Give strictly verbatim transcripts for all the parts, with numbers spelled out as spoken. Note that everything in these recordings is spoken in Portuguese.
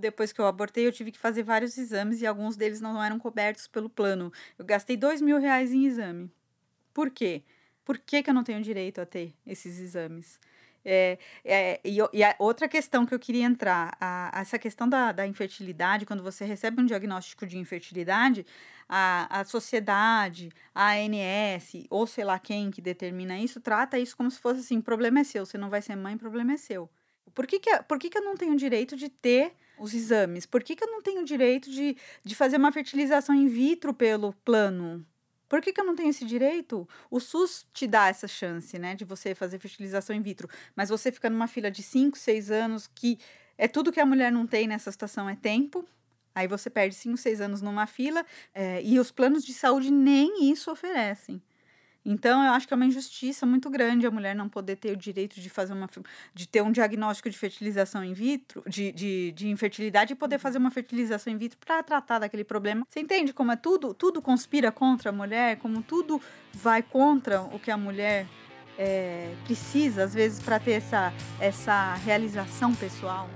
depois que eu abortei, eu tive que fazer vários exames e alguns deles não eram cobertos pelo plano. Eu gastei dois mil reais em exame. Por quê? Por que que eu não tenho direito a ter esses exames? É, é, e, e a outra questão que eu queria entrar, a, essa questão da, da infertilidade, quando você recebe um diagnóstico de infertilidade, a, a sociedade, a A N S, ou sei lá quem que determina isso, trata isso como se fosse assim, problema é seu, você não vai ser mãe, problema é seu. Por que que, por que que eu não tenho direito de ter os exames? Por que que eu não tenho direito de, de fazer uma fertilização in vitro pelo plano? Por que que eu não tenho esse direito? O SUS te dá essa chance, né, de você fazer fertilização in vitro, mas você fica numa fila de cinco, seis anos, que é tudo que a mulher não tem nessa situação é tempo, aí você perde cinco, seis anos numa fila, é, e os planos de saúde nem isso oferecem. Então, eu acho que é uma injustiça muito grande a mulher não poder ter o direito de fazer uma, de ter um diagnóstico de fertilização in vitro, de, de, de infertilidade e poder fazer uma fertilização in vitro para tratar daquele problema. Você entende como é tudo, tudo conspira contra a mulher, como tudo vai contra o que a mulher é, precisa, às vezes, para ter essa, essa realização pessoal?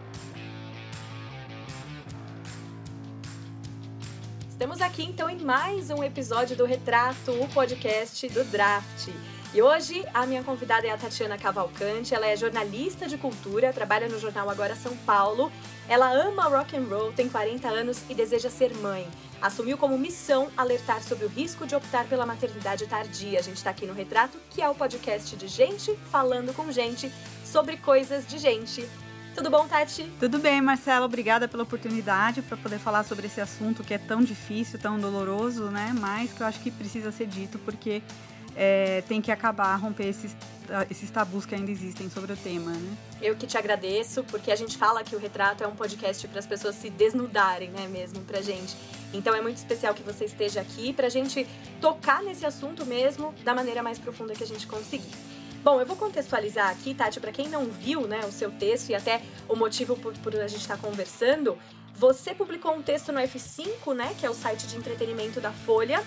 Estamos aqui, então, em mais um episódio do Retrato, o podcast do Draft. E hoje, a minha convidada é a Tatiana Cavalcante. Ela é jornalista de cultura, trabalha no jornal Agora São Paulo. Ela ama rock and roll, tem quarenta anos e deseja ser mãe. Assumiu como missão alertar sobre o risco de optar pela maternidade tardia. A gente está aqui no Retrato, que é o podcast de gente falando com gente sobre coisas de gente. Tudo bom, Tati? Tudo bem, Marcela. Obrigada pela oportunidade para poder falar sobre esse assunto que é tão difícil, tão doloroso, né? Mas que eu acho que precisa ser dito porque é, tem que acabar, romper esses, esses tabus que ainda existem sobre o tema, né? Eu que te agradeço, porque a gente fala que o Retrato é um podcast para as pessoas se desnudarem, né, mesmo, pra gente. Então é muito especial que você esteja aqui pra gente tocar nesse assunto mesmo da maneira mais profunda que a gente conseguir. Bom, eu vou contextualizar aqui, Tati, para quem não viu, né, o seu texto e até o motivo por, por a gente estar conversando. Você publicou um texto no F cinco, né, que é o site de entretenimento da Folha,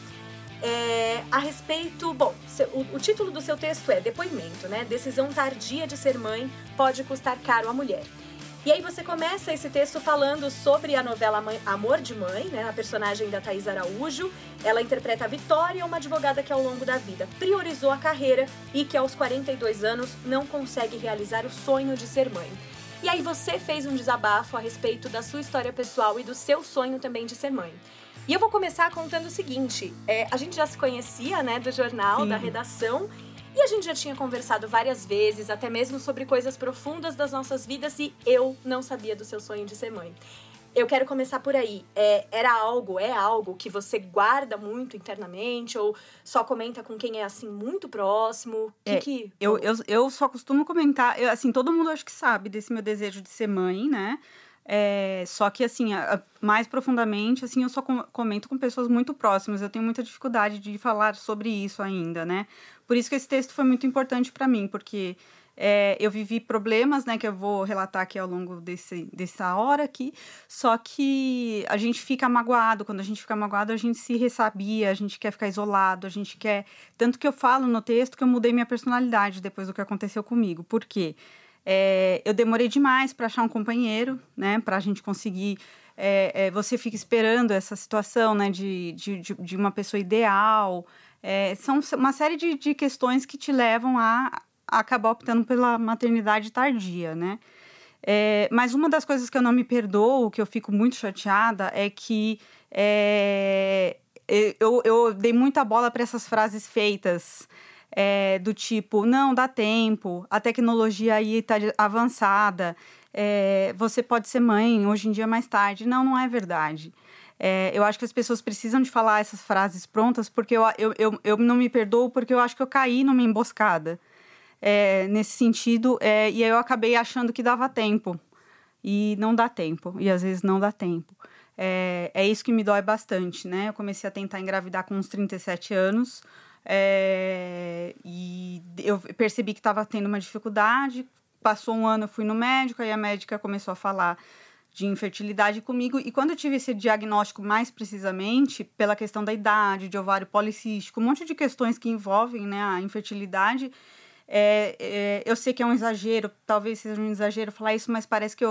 é, a respeito... Bom, o, o título do seu texto é Depoimento, né? Decisão tardia de ser mãe pode custar caro à mulher. E aí você começa esse texto falando sobre a novela Amor de Mãe, né? A personagem da Thaís Araújo. Ela interpreta a Vitória, uma advogada que ao longo da vida priorizou a carreira e que aos quarenta e dois anos não consegue realizar o sonho de ser mãe. E aí você fez um desabafo a respeito da sua história pessoal e do seu sonho também de ser mãe. E eu vou começar contando o seguinte, é, a gente já se conhecia, né, do jornal, Sim. da redação, e a gente já tinha conversado várias vezes, até mesmo sobre coisas profundas das nossas vidas, e eu não sabia do seu sonho de ser mãe. Eu quero começar por aí. É, era algo, é algo que você guarda muito internamente ou só comenta com quem é, assim, muito próximo? Que é, que... Eu, eu, eu só costumo comentar, eu, assim, todo mundo acho que sabe desse meu desejo de ser mãe, né? É, só que, assim, a, a, mais profundamente, assim, eu só com, comento com pessoas muito próximas. Eu tenho muita dificuldade de falar sobre isso ainda, né? Por isso que esse texto foi muito importante para mim, porque... É, eu vivi problemas, né, que eu vou relatar aqui ao longo desse, dessa hora aqui, só que a gente fica magoado, quando a gente fica magoado a gente se ressabia, a gente quer ficar isolado, a gente quer... Tanto que eu falo no texto que eu mudei minha personalidade depois do que aconteceu comigo, por quê? É, eu demorei demais para achar um companheiro, né, para a gente conseguir... É, é, você fica esperando essa situação, né, de, de, de uma pessoa ideal, é, são uma série de, de questões que te levam a... acabar optando pela maternidade tardia, né? É, mas uma das coisas que eu não me perdoo, que eu fico muito chateada, é que é, eu, eu dei muita bola para essas frases feitas, é, do tipo, não, dá tempo, a tecnologia aí está avançada, é, você pode ser mãe hoje em dia mais tarde. Não, não é verdade. É, eu acho que as pessoas precisam de falar essas frases prontas, porque eu, eu, eu, eu não me perdoo, porque eu acho que eu caí numa emboscada. É, nesse sentido, é, e aí eu acabei achando que dava tempo, e não dá tempo, e às vezes não dá tempo. É, é isso que me dói bastante, né? Eu comecei a tentar engravidar com uns trinta e sete anos, é, e eu percebi que estava tendo uma dificuldade, passou um ano, eu fui no médico, aí a médica começou a falar de infertilidade comigo, e quando eu tive esse diagnóstico mais precisamente, pela questão da idade, de ovário policístico, um monte de questões que envolvem, né, a infertilidade... É, é, eu sei que é um exagero, talvez seja um exagero falar isso, mas parece que eu,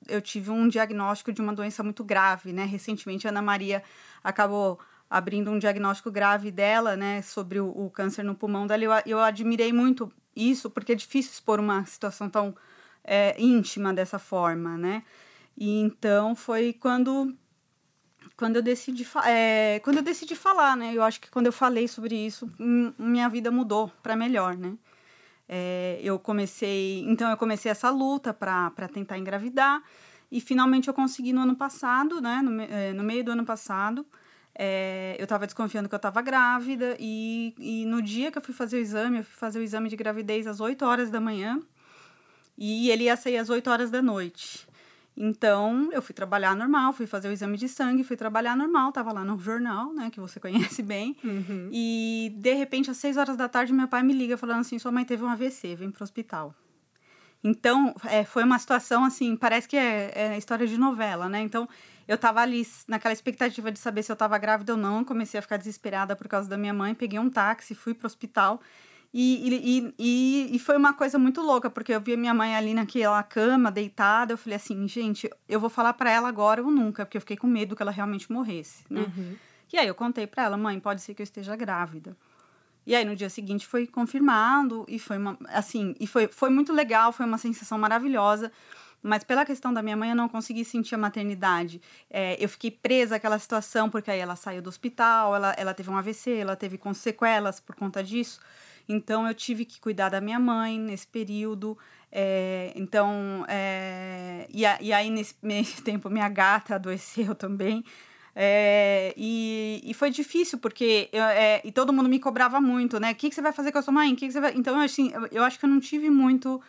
eu tive um diagnóstico de uma doença muito grave, né? Recentemente, a Ana Maria acabou abrindo um diagnóstico grave dela, né? Sobre o, o câncer no pulmão dela. Eu, eu admirei muito isso, porque é difícil expor uma situação tão é, íntima dessa forma, né? E então, foi quando... Quando eu, decidi é, quando eu decidi falar, né? Eu acho que quando eu falei sobre isso, minha vida mudou para melhor, né? É, eu comecei... Então, eu comecei essa luta para tentar engravidar. E, finalmente, eu consegui no ano passado, né? No, é, no meio do ano passado. É, eu estava desconfiando que eu estava grávida. E, e no dia que eu fui fazer o exame, eu fui fazer o exame de gravidez às oito horas da manhã. E ele ia sair às oito horas da noite. Então, eu fui trabalhar normal, fui fazer o exame de sangue, fui trabalhar normal, tava lá no jornal, né, que você conhece bem. Uhum. E, de repente, às seis horas da tarde, meu pai me liga falando assim, sua mãe teve um A V C, vem pro hospital. Então, é, foi uma situação, assim, parece que é, é história de novela, né? Então, eu tava ali naquela expectativa de saber se eu tava grávida ou não, comecei a ficar desesperada por causa da minha mãe, peguei um táxi, fui pro hospital. E, e, e, e foi uma coisa muito louca, porque eu vi minha mãe ali naquela cama, deitada, eu falei assim, gente, eu vou falar pra ela agora ou nunca, porque eu fiquei com medo que ela realmente morresse, né? Uhum. E aí eu contei pra ela, mãe, pode ser que eu esteja grávida. E aí no dia seguinte foi confirmado, e foi uma, assim, e foi, foi muito legal, foi uma sensação maravilhosa, mas pela questão da minha mãe eu não consegui sentir a maternidade. É, eu fiquei presa àquela situação, porque aí ela saiu do hospital, ela, ela teve um A V C, ela teve com sequelas por conta disso. Então, eu tive que cuidar da minha mãe nesse período. É, então, é, e, a, e aí, nesse, nesse tempo, minha gata adoeceu também. É, e, e foi difícil, porque eu, é, e todo mundo me cobrava muito, né? O que, que você vai fazer com a sua mãe? O que, que você vai... Então, assim, eu, eu acho que eu não tive muito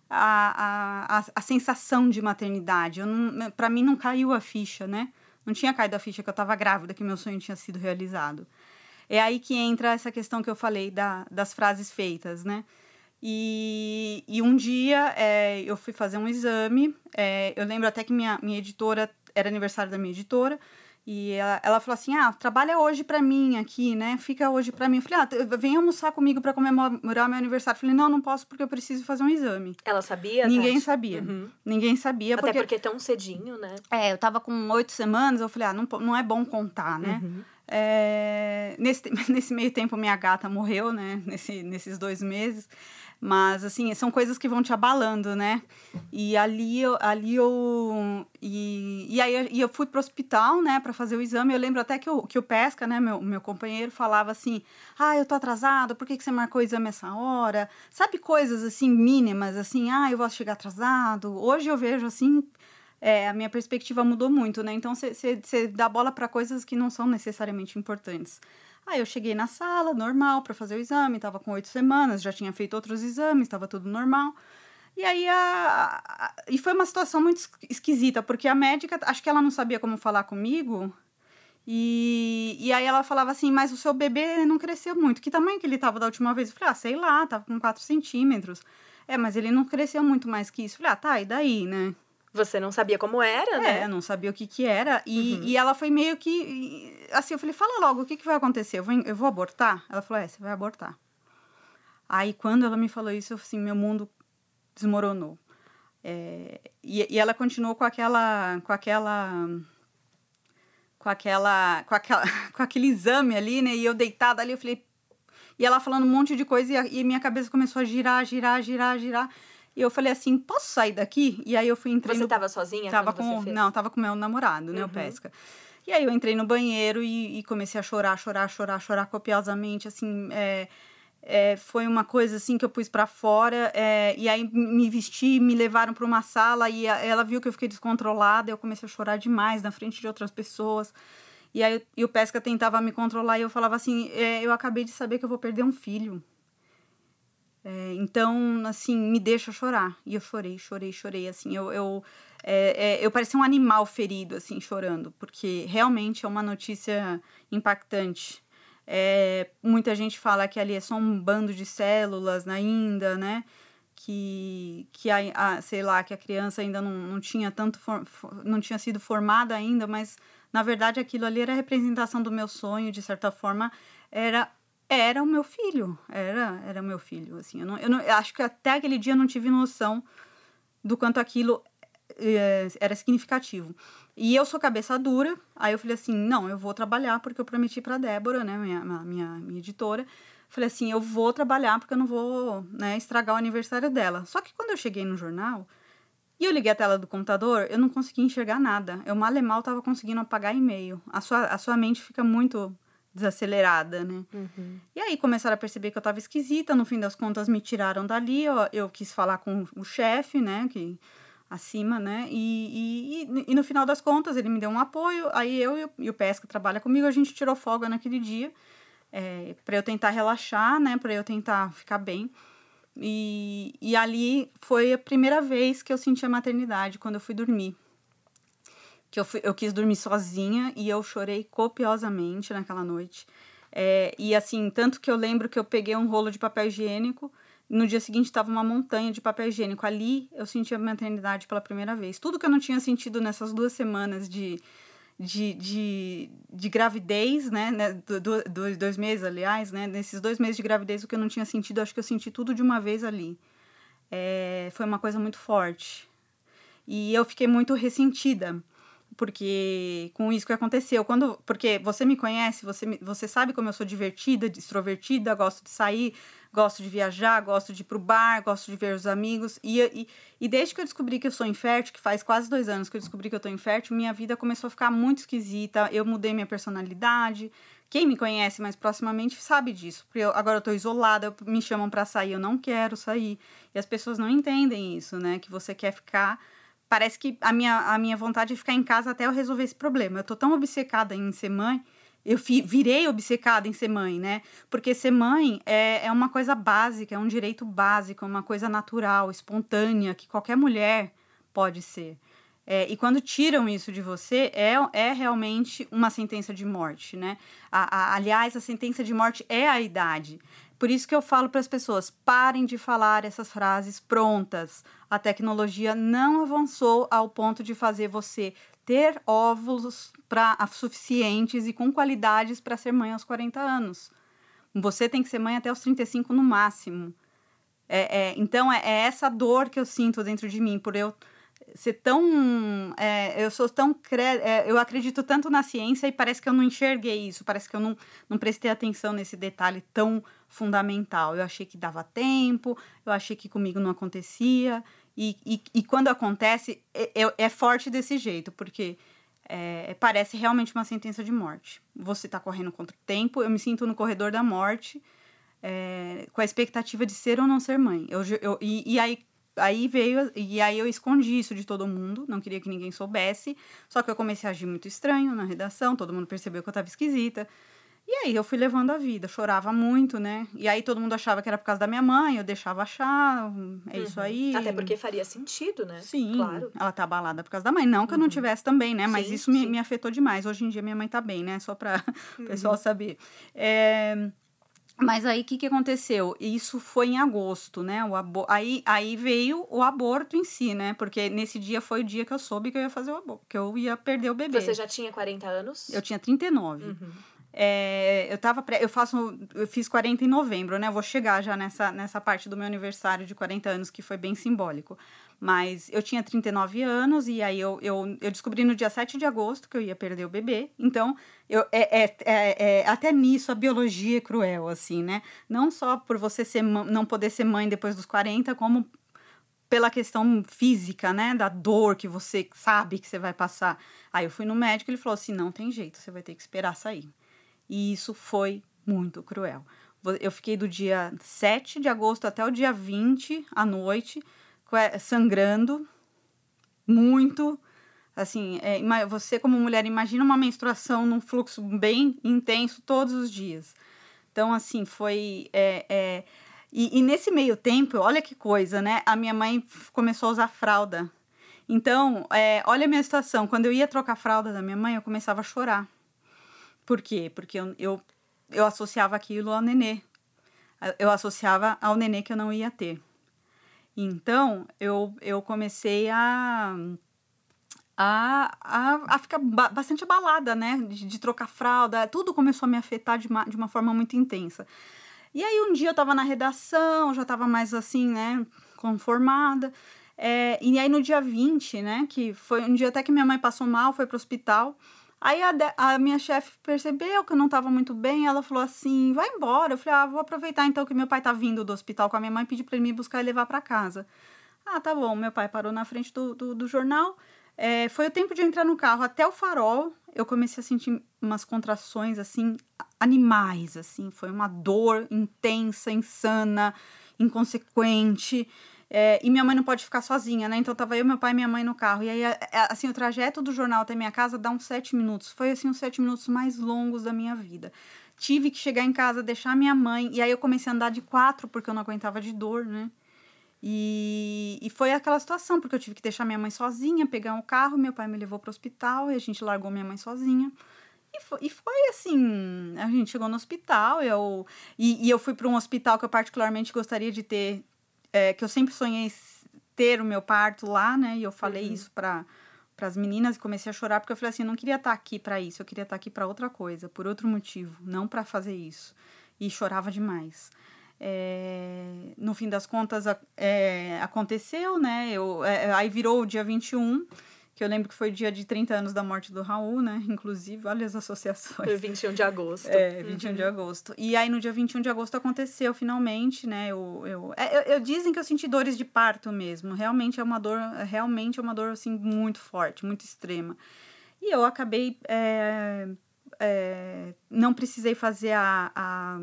a, a, a, a sensação de maternidade. Para mim, não caiu a ficha, né? Não tinha caído a ficha que eu estava grávida, que meu sonho tinha sido realizado. É aí que entra essa questão que eu falei da, das frases feitas, né? E, e um dia é, eu fui fazer um exame, é, eu lembro até que minha, minha editora, era aniversário da minha editora, e ela, ela falou assim, ah, trabalha hoje pra mim aqui, né? Fica hoje pra mim. Eu falei, ah, vem almoçar comigo pra comemorar meu aniversário. Eu falei, não, não posso porque eu preciso fazer um exame. Ela sabia, Ninguém Tati? sabia. Uhum. Ninguém sabia. Até porque... porque tão cedinho, né? É, eu tava com oito semanas, eu falei, ah, não, não é bom contar, né? Uhum. É, nesse, nesse meio tempo, minha gata morreu, né? Nesse, nesses dois meses. Mas, assim, são coisas que vão te abalando, né? E ali eu... Ali eu e, e aí e eu fui pro hospital, né? Pra fazer o exame. Eu lembro até que o, que o Pesca, né? Meu, meu companheiro, falava assim... Ah, eu tô atrasado. Por que, que você marcou o exame essa hora? Sabe, coisas, assim, mínimas. Assim, ah, eu vou chegar atrasado. Hoje eu vejo, assim... É, a minha perspectiva mudou muito, né? Então, você dá bola para coisas que não são necessariamente importantes. Aí, eu cheguei na sala, normal, para fazer o exame. Tava com oito semanas, já tinha feito outros exames, estava tudo normal. E aí, a, a, e foi uma situação muito esquisita, porque a médica, acho que ela não sabia como falar comigo. E, e aí, ela falava assim, mas o seu bebê não cresceu muito. Que tamanho que ele tava da última vez? Eu falei, ah, sei lá, tava com quatro centímetros. É, mas ele não cresceu muito mais que isso. Eu falei, ah, tá, e daí, né? Você não sabia como era, é, né? É, não sabia o que que era. E, uhum. e ela foi meio que... Assim, eu falei, fala logo, o que que vai acontecer? Eu vou, eu vou abortar? Ela falou, é, você vai abortar. Aí, quando ela me falou isso, assim, meu mundo desmoronou. É, e, e ela continuou com aquela... Com aquela... Com aquela... Com, aquela, com aquele exame ali, né? E eu deitada ali, eu falei... E ela falando um monte de coisa, e, a, e minha cabeça começou a girar, girar, girar, girar... E eu falei assim, posso sair daqui? E aí eu fui entrei Você no... tava sozinha tava quando com... você fez? Não, tava com meu namorado, né, uhum. O Pesca. E aí eu entrei no banheiro e, e comecei a chorar, chorar, chorar, chorar copiosamente, assim... É, é, foi uma coisa, assim, que eu pus pra fora. É, e aí me vesti, me levaram pra uma sala e a, ela viu que eu fiquei descontrolada. Eu comecei a chorar demais na frente de outras pessoas. E aí e o Pesca tentava me controlar e eu falava assim, é, eu acabei de saber que eu vou perder um filho. É, então, assim, me deixa chorar. E eu chorei, chorei, chorei, assim, eu, eu, é, é, eu parecia um animal ferido, assim, chorando, porque realmente é uma notícia impactante. É, muita gente fala que ali é só um bando de células ainda, né, que, que a, a, sei lá, que a criança ainda não, não tinha tanto, for, não tinha sido formada ainda, mas, na verdade, aquilo ali era a representação do meu sonho, de certa forma, era... Era o meu filho, era, era o meu filho, assim, eu, não, eu, não, eu acho que até aquele dia eu não tive noção do quanto aquilo é, era significativo. E eu sou cabeça dura, aí eu falei assim, não, eu vou trabalhar porque eu prometi pra Débora, né, minha, minha, minha editora, falei assim, eu vou trabalhar porque eu não vou, né, estragar o aniversário dela. Só que quando eu cheguei no jornal, e eu liguei a tela do computador, eu não conseguia enxergar nada. Eu mal e mal tava conseguindo apagar e-mail. A sua, a sua mente fica muito desacelerada, né? Uhum. E aí começaram a perceber que eu tava esquisita, no fim das contas me tiraram dali, eu, eu quis falar com o chefe, né, que... acima, né, e, e, e no final das contas ele me deu um apoio, aí eu e o, e o Pesca trabalha comigo, a gente tirou folga naquele dia, é, para eu tentar relaxar, né, para eu tentar ficar bem, e, e ali foi a primeira vez que eu senti a maternidade, quando eu fui dormir, que eu, fui, eu quis dormir sozinha e eu chorei copiosamente naquela noite, é, e assim, tanto que eu lembro que eu peguei um rolo de papel higiênico. No dia seguinte estava uma montanha de papel higiênico. Ali eu senti a maternidade pela primeira vez. Tudo que eu não tinha sentido nessas duas semanas de, de, de, de gravidez, né? Do, do, do, dois meses, aliás, né? Nesses dois meses de gravidez, o que eu não tinha sentido, acho que eu senti tudo de uma vez ali. É, foi uma coisa muito forte. E eu fiquei muito ressentida. Porque com isso que aconteceu, quando, porque você me conhece, você, você sabe como eu sou divertida, extrovertida, gosto de sair, gosto de viajar, gosto de ir pro bar, gosto de ver os amigos, e, e, e desde que eu descobri que eu sou infértil, que faz quase dois anos que eu descobri que eu tô infértil, minha vida começou a ficar muito esquisita, eu mudei minha personalidade, quem me conhece mais proximamente sabe disso, porque eu, agora eu tô isolada, me chamam pra sair, eu não quero sair, e as pessoas não entendem isso, né, que você quer ficar... Parece que a minha, a minha vontade é ficar em casa até eu resolver esse problema. Eu tô tão obcecada em ser mãe, eu fi, virei obcecada em ser mãe, né? Porque ser mãe é, é uma coisa básica, é um direito básico, é uma coisa natural, espontânea, que qualquer mulher pode ser. É, e quando tiram isso de você, é, é realmente uma sentença de morte, né? A, a, aliás, a sentença de morte é a idade. Por isso que eu falo para as pessoas, parem de falar essas frases prontas. A tecnologia não avançou ao ponto de fazer você ter óvulos pra, suficientes e com qualidades para ser mãe aos quarenta anos. Você tem que ser mãe até os trinta e cinco no máximo. É, é, então, é, é essa dor que eu sinto dentro de mim, por eu ser tão... É, eu sou tão... É, eu acredito tanto na ciência e parece que eu não enxerguei isso, parece que eu não, não prestei atenção nesse detalhe tão fundamental. Eu achei que dava tempo, eu achei que comigo não acontecia, e, e, e quando acontece, é, é forte desse jeito, porque é, parece realmente uma sentença de morte. Você tá correndo contra o tempo, eu me sinto no corredor da morte, é, com a expectativa de ser ou não ser mãe. Eu, eu, e, e aí Aí veio, e aí eu escondi isso de todo mundo, não queria que ninguém soubesse, só que eu comecei a agir muito estranho na redação, todo mundo percebeu que eu tava esquisita, e aí eu fui levando a vida, chorava muito, né, e aí todo mundo achava que era por causa da minha mãe, eu deixava achar, é uhum. isso aí. Até porque faria sentido, né? Sim, claro. Ela tá abalada por causa da mãe, não que uhum. eu não tivesse também, né, mas sim, isso me, sim. me afetou demais, hoje em dia minha mãe tá bem, né, só pra uhum. o pessoal saber. É... Mas aí, o que, que aconteceu? Isso foi em agosto, né? O abo... aí, aí veio o aborto em si, né? Porque nesse dia foi o dia que eu soube que eu ia fazer o aborto, que eu ia perder o bebê. Você já tinha quarenta anos? Eu tinha trinta e nove. Uhum. É, eu tava pré... eu faço, eu fiz quarenta em novembro, né? Eu vou chegar já nessa, nessa parte do meu aniversário de quarenta anos, que foi bem simbólico. Mas eu tinha trinta e nove anos e aí eu, eu, eu descobri no dia sete de agosto que eu ia perder o bebê. Então, eu, é, é, é, é, até nisso a biologia é cruel, assim, né? Não só por você ser, não poder ser mãe depois dos quarenta, como pela questão física, né? Da dor que você sabe que você vai passar. Aí eu fui no médico e ele falou assim, não tem jeito, você vai ter que esperar sair. E isso foi muito cruel. Eu fiquei do dia sete de agosto até o dia vinte, à noite, sangrando muito, assim, é, você como mulher, imagina uma menstruação num fluxo bem intenso todos os dias. Então, assim, foi... É, é, e, e nesse meio tempo, olha que coisa, né? A minha mãe começou a usar fralda. Então, é, olha a minha situação. Quando eu ia trocar a fralda da minha mãe, eu começava a chorar. Por quê? Porque eu, eu, eu associava aquilo ao nenê. Eu associava ao nenê que eu não ia ter. Então, eu, eu comecei a, a, a, a ficar ba- bastante abalada, né? De, de trocar fralda. Tudo começou a me afetar de uma, de uma forma muito intensa. E aí, um dia eu tava na redação, já tava mais assim, né? Conformada. É, e aí no dia vinte, né, que foi um dia até que minha mãe passou mal, foi pro hospital. Aí a, de, a minha chefe percebeu que eu não tava muito bem, ela falou assim, vai embora. Eu falei, ah, vou aproveitar então que meu pai tá vindo do hospital com a minha mãe, pedir pra ele me buscar e levar pra casa. Ah, tá bom, meu pai parou na frente do, do, do jornal, é, foi o tempo de eu entrar no carro até o farol, eu comecei a sentir umas contrações, assim, animais, assim, foi uma dor intensa, insana, inconsequente. É, e minha mãe não pode ficar sozinha, né? Então tava eu, meu pai e minha mãe no carro. E aí, assim, o trajeto do jornal até minha casa dá uns sete minutos. Foi, assim, os sete minutos mais longos da minha vida. Tive que chegar em casa, deixar minha mãe. E aí eu comecei a andar de quatro, porque eu não aguentava de dor, né? E, e foi aquela situação, porque eu tive que deixar minha mãe sozinha, pegar um carro. Meu pai me levou pro hospital e a gente largou minha mãe sozinha. E foi, e foi assim, a gente chegou no hospital, eu, e, e eu fui para um hospital que eu particularmente gostaria de ter, é, que eu sempre sonhei ter o meu parto lá, né? E eu falei uhum. isso para as meninas e comecei a chorar, porque eu falei assim, eu não queria estar aqui para isso, eu queria estar aqui para outra coisa, por outro motivo, não para fazer isso. E chorava demais. É, no fim das contas, é, aconteceu, né? Eu, é, aí virou o dia vinte e um, que eu lembro que foi dia de trinta anos da morte do Raul, né? Inclusive, olha as associações. Foi vinte e um de agosto. É, vinte e um uhum. de agosto. E aí, no dia vinte e um de agosto, aconteceu, finalmente, né? Eu, eu, eu, eu, dizem que eu senti dores de parto mesmo. Realmente é uma dor, realmente é uma dor, assim, muito forte, muito extrema. E eu acabei... É, é, não precisei fazer a... a,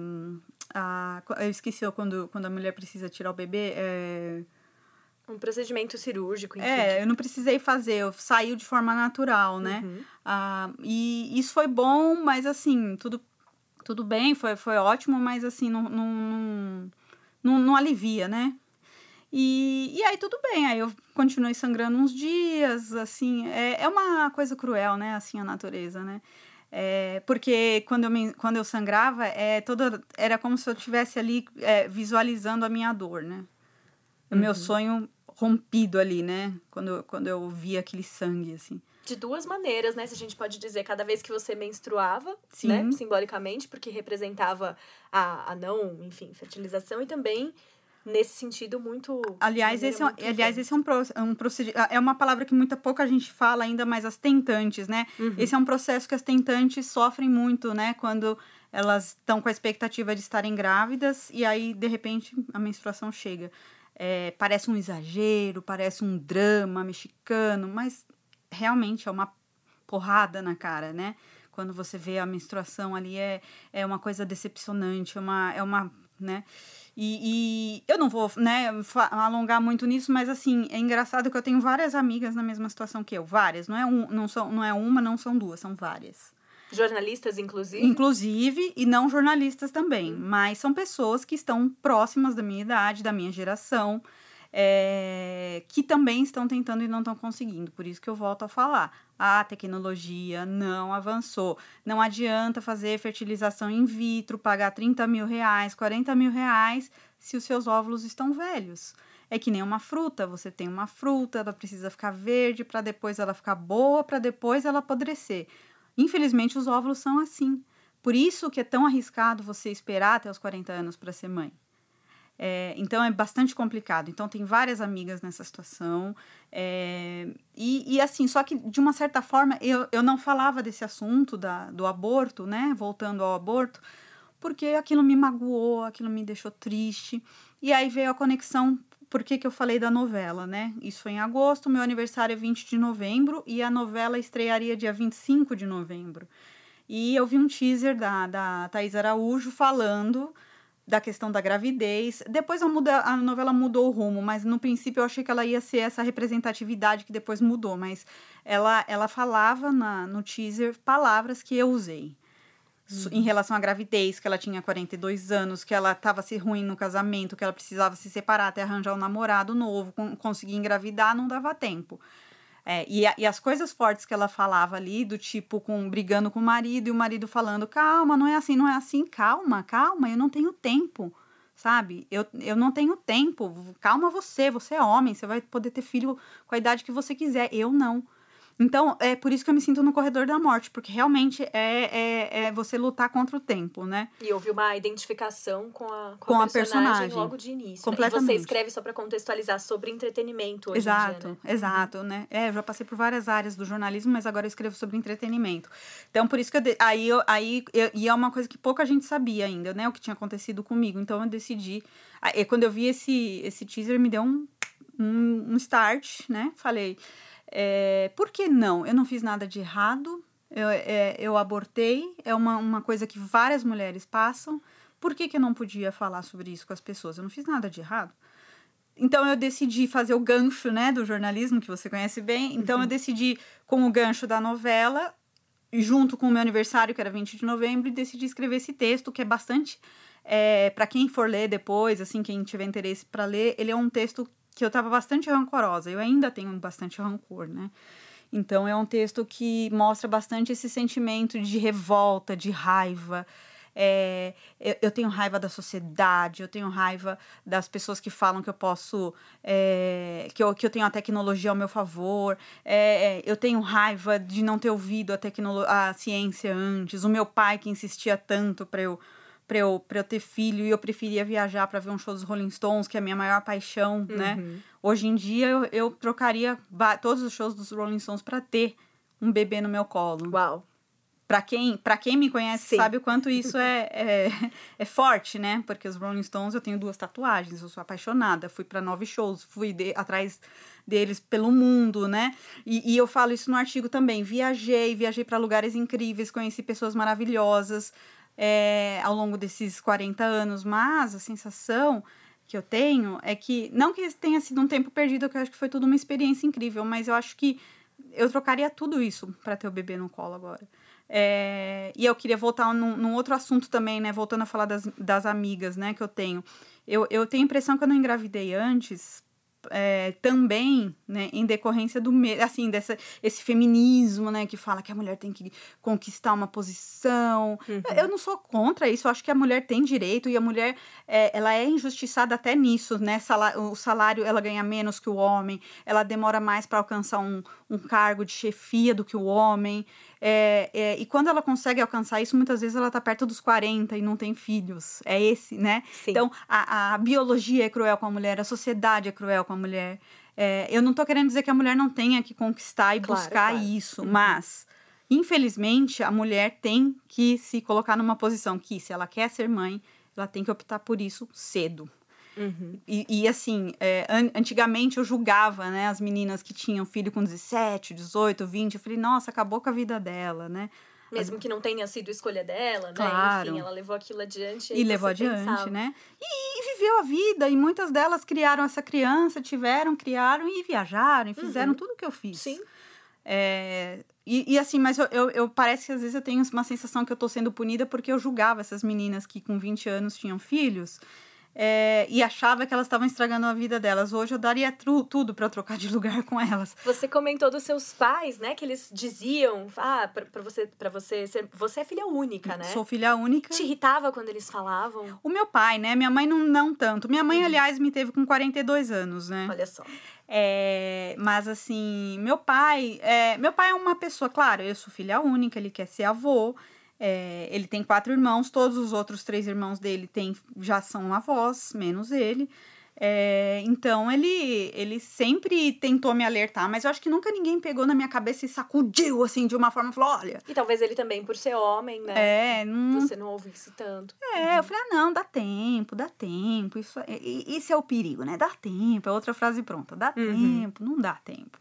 a eu esqueci quando, quando a mulher precisa tirar o bebê... É, um procedimento cirúrgico, enfim. É, eu não precisei fazer, eu saiu de forma natural, né? Uhum. Ah, e isso foi bom, mas assim, tudo, tudo bem, foi, foi ótimo, mas assim, não, não, não, não alivia, né? E, e aí tudo bem, aí eu continuei sangrando uns dias, assim, é, é uma coisa cruel, né? Assim, a natureza, né? É, porque quando eu, me, quando eu sangrava, é, toda, era como se eu estivesse ali é, visualizando a minha dor, né? O uhum. meu sonho rompido ali, né? Quando, quando eu vi aquele sangue, assim. De duas maneiras, né? Se a gente pode dizer, cada vez que você menstruava, Sim. né? Simbolicamente, porque representava a, a não, enfim, fertilização e também nesse sentido muito... Aliás, esse é, aliás, esse é um, pro, um procedimento... É uma palavra que muita pouca gente fala ainda, mas as tentantes, né? Uhum. Esse é um processo que as tentantes sofrem muito, né? Quando elas estão com a expectativa de estarem grávidas e aí, de repente, a menstruação chega. É, parece um exagero, parece um drama mexicano, mas realmente é uma porrada na cara, né? Quando você vê a menstruação ali, é, é uma coisa decepcionante, é uma, é uma, né? E, e eu não vou, né, alongar muito nisso, mas assim, é engraçado que eu tenho várias amigas na mesma situação que eu, várias, não é, um, não são, não é uma, não são duas, são várias. Jornalistas, inclusive? Inclusive, e não jornalistas também. Hum. Mas são pessoas que estão próximas da minha idade, da minha geração, é, que também estão tentando e não estão conseguindo. Por isso que eu volto a falar. A tecnologia não avançou. Não adianta fazer fertilização in vitro, pagar trinta mil reais, quarenta mil reais, se os seus óvulos estão velhos. É que nem uma fruta. Você tem uma fruta, ela precisa ficar verde para depois ela ficar boa, para depois ela apodrecer. Infelizmente, os óvulos são assim. Por isso que é tão arriscado você esperar até os quarenta anos para ser mãe. É, então, é bastante complicado. Então, tem várias amigas nessa situação. É, e, e, assim, só que, de uma certa forma, eu, eu não falava desse assunto da, do aborto, né? Voltando ao aborto, porque aquilo me magoou, aquilo me deixou triste. E aí veio a conexão... Por que que eu falei da novela, né? Isso foi em agosto, meu aniversário é vinte de novembro e a novela estrearia dia vinte e cinco de novembro. E eu vi um teaser da, da Thaís Araújo falando da questão da gravidez. Depois a, muda, a novela mudou o rumo, mas no princípio eu achei que ela ia ser essa representatividade que depois mudou. Mas ela, ela falava na, no teaser palavras que eu usei. Uhum. Em relação à gravidez, que ela tinha quarenta e dois anos, que ela estava se ruim no casamento, que ela precisava se separar até arranjar um namorado novo, com, conseguir engravidar, não dava tempo. É, e, a, e as coisas fortes que ela falava ali, do tipo, com, brigando com o marido, e o marido falando, calma, não é assim, não é assim, calma, calma, eu não tenho tempo, sabe? Eu, eu não tenho tempo, calma você, você é homem, você vai poder ter filho com a idade que você quiser, eu não. Então, é por isso que eu me sinto no corredor da morte, porque realmente é, é, é você lutar contra o tempo, né? E houve uma identificação com a, com Com a, a personagem, personagem logo de início. completamente. Né? E você escreve, só para contextualizar, sobre entretenimento hoje exato, em dia, né? Exato, né? É, eu já passei por várias áreas do jornalismo, mas agora eu escrevo sobre entretenimento. Então, por isso que eu... De... Aí, eu, aí eu... E é uma coisa que pouca gente sabia ainda, né? O que tinha acontecido comigo. Então, eu decidi... Aí, quando eu vi esse, esse teaser, me deu um, um, um start, né? Falei... É, por que não? Eu não fiz nada de errado, eu, é, eu abortei, é uma, uma coisa que várias mulheres passam, por que, que eu não podia falar sobre isso com as pessoas? Eu não fiz nada de errado. Então, eu decidi fazer o gancho, né, do jornalismo, que você conhece bem. Então, uhum. eu decidi, com o gancho da novela, junto com o meu aniversário, que era vinte de novembro, e decidi escrever esse texto, que é bastante... É, para quem for ler depois, assim, quem tiver interesse para ler, ele é um texto que eu estava bastante rancorosa. Eu ainda tenho bastante rancor, né? Então, é um texto que mostra bastante esse sentimento de revolta, de raiva. É, eu, eu tenho raiva da sociedade, eu tenho raiva das pessoas que falam que eu posso... É, que, eu, que eu tenho a tecnologia ao meu favor. É, eu tenho raiva de não ter ouvido a, tecnolo- a ciência antes. O meu pai que insistia tanto para eu... Pra eu, pra eu ter filho, e eu preferia viajar para ver um show dos Rolling Stones, que é a minha maior paixão, uhum. né? Hoje em dia, eu, eu trocaria todos os shows dos Rolling Stones para ter um bebê no meu colo. Uau! Pra quem, pra quem me conhece, Sim. sabe o quanto isso é, é, é forte, né? Porque os Rolling Stones, eu tenho duas tatuagens, eu sou apaixonada. Fui para nove shows, fui de, atrás deles pelo mundo, né? E, e eu falo isso no artigo também. Viajei, viajei para lugares incríveis, conheci pessoas maravilhosas, É, ao longo desses quarenta anos, mas a sensação que eu tenho é que, não que tenha sido um tempo perdido, que eu acho que foi tudo uma experiência incrível, mas eu acho que eu trocaria tudo isso para ter o bebê no colo agora. É, e eu queria voltar num, num outro assunto também, né, voltando a falar das, das amigas, né, que eu tenho. Eu, eu tenho a impressão que eu não engravidei antes, É, também, né, em decorrência do assim, dessa, esse feminismo, né, que fala que a mulher tem que conquistar uma posição. Uhum. Eu não sou contra isso, eu acho que a mulher tem direito, e a mulher, é, ela é injustiçada até nisso, né, salário, o salário, ela ganha menos que o homem, ela demora mais para alcançar um, um cargo de chefia do que o homem, é, é, e quando ela consegue alcançar isso, muitas vezes ela tá perto dos quarenta e não tem filhos, é esse, né? Sim. Então, a, a biologia é cruel com a mulher, a sociedade é cruel com a mulher. É, eu não tô querendo dizer que a mulher não tenha que conquistar e claro, buscar claro. isso, uhum. mas, infelizmente, a mulher tem que se colocar numa posição que, se ela quer ser mãe, ela tem que optar por isso cedo. Uhum. E, e assim, é, an- antigamente eu julgava, né, as meninas que tinham filho com dezessete, dezoito, vinte, eu falei, nossa, acabou com a vida dela, né? Mesmo que não tenha sido escolha dela, claro. né? Enfim, ela levou aquilo adiante. E, e levou adiante, pensava. né? E, e viveu a vida, e muitas delas criaram essa criança, tiveram, criaram e viajaram, e fizeram uhum. tudo o que eu fiz. Sim. É, e, e assim, mas eu, eu, eu parece que às vezes eu tenho uma sensação que eu tô sendo punida porque eu julgava essas meninas que com vinte anos tinham filhos. É, e achava que elas estavam estragando a vida delas. Hoje eu daria tru, tudo para trocar de lugar com elas. Você comentou dos seus pais, né? Que eles diziam, ah, pra, pra você, pra você ser... Você é filha única, né? Sou filha única. Te irritava quando eles falavam? O meu pai, né? Minha mãe não, não tanto. Minha mãe, uhum. aliás, me teve com quarenta e dois anos, né? Olha só. É, mas assim, meu pai... É, meu pai é uma pessoa, claro, eu sou filha única, ele quer ser avô. É, ele tem quatro irmãos, todos os outros três irmãos dele tem, já são avós, menos ele. É, então, ele, ele sempre tentou me alertar, mas eu acho que nunca ninguém pegou na minha cabeça e sacudiu, assim, de uma forma, falou, olha... E talvez ele também, por ser homem, né? É, não... Você não ouve isso tanto. É, uhum. eu falei, ah, não, dá tempo, dá tempo, isso, é, isso é o perigo, né? Dá tempo, é outra frase pronta, dá uhum. tempo, não dá tempo.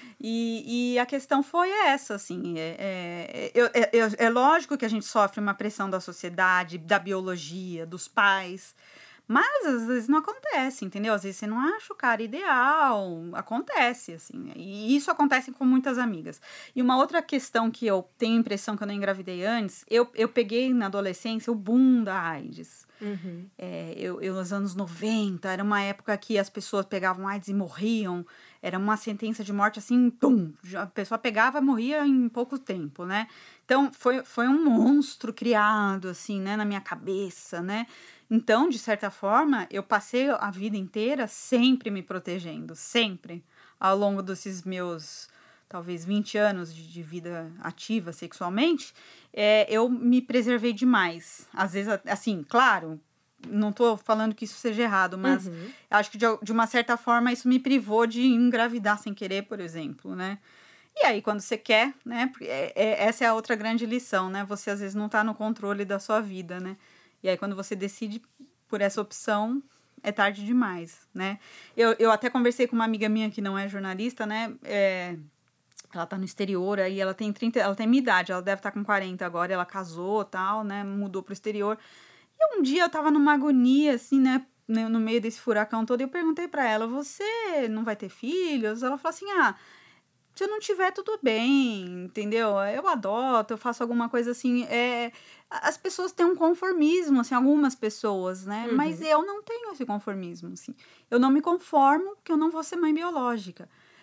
E, e a questão foi essa, assim, é, é, é, é, é lógico que a gente sofre uma pressão da sociedade, da biologia, dos pais, mas às vezes não acontece, entendeu? Às vezes você não acha o cara ideal, acontece, assim, e isso acontece com muitas amigas. E uma outra questão que eu tenho a impressão que eu não engravidei antes, eu, eu peguei na adolescência o boom da AIDS. Uhum. É, eu, eu, nos anos noventa, era uma época que as pessoas pegavam AIDS e morriam, era uma sentença de morte assim, pum, a pessoa pegava e morria em pouco tempo, né? Então, foi, foi um monstro criado, assim, né, na minha cabeça, né? Então, de certa forma, eu passei a vida inteira sempre me protegendo, sempre, ao longo desses meus talvez vinte anos de, de vida ativa sexualmente, é, eu me preservei demais. Às vezes, assim, claro, não tô falando que isso seja errado, mas Uhum. acho que de, de uma certa forma isso me privou de engravidar sem querer, por exemplo, né? E aí, quando você quer, né? É, é, essa é a outra grande lição, né? Você às vezes não tá no controle da sua vida, né? E aí, quando você decide por essa opção, é tarde demais, né? Eu, eu até conversei com uma amiga minha que não é jornalista, né? É, ela tá no exterior, aí ela tem trinta, ela tem minha idade, ela deve estar tá com quarenta agora, ela casou, tal, né? Mudou pro exterior. E um dia eu tava numa agonia, assim, né? No meio desse furacão todo, e eu perguntei pra ela, você não vai ter filhos? Ela falou assim, ah, se eu não tiver, tudo bem, entendeu? Eu adoto, eu faço alguma coisa assim. É, as pessoas têm um conformismo, assim, algumas pessoas, né? Uhum. Mas eu não tenho esse conformismo, assim. Eu não me conformo que eu não vou ser mãe biológica.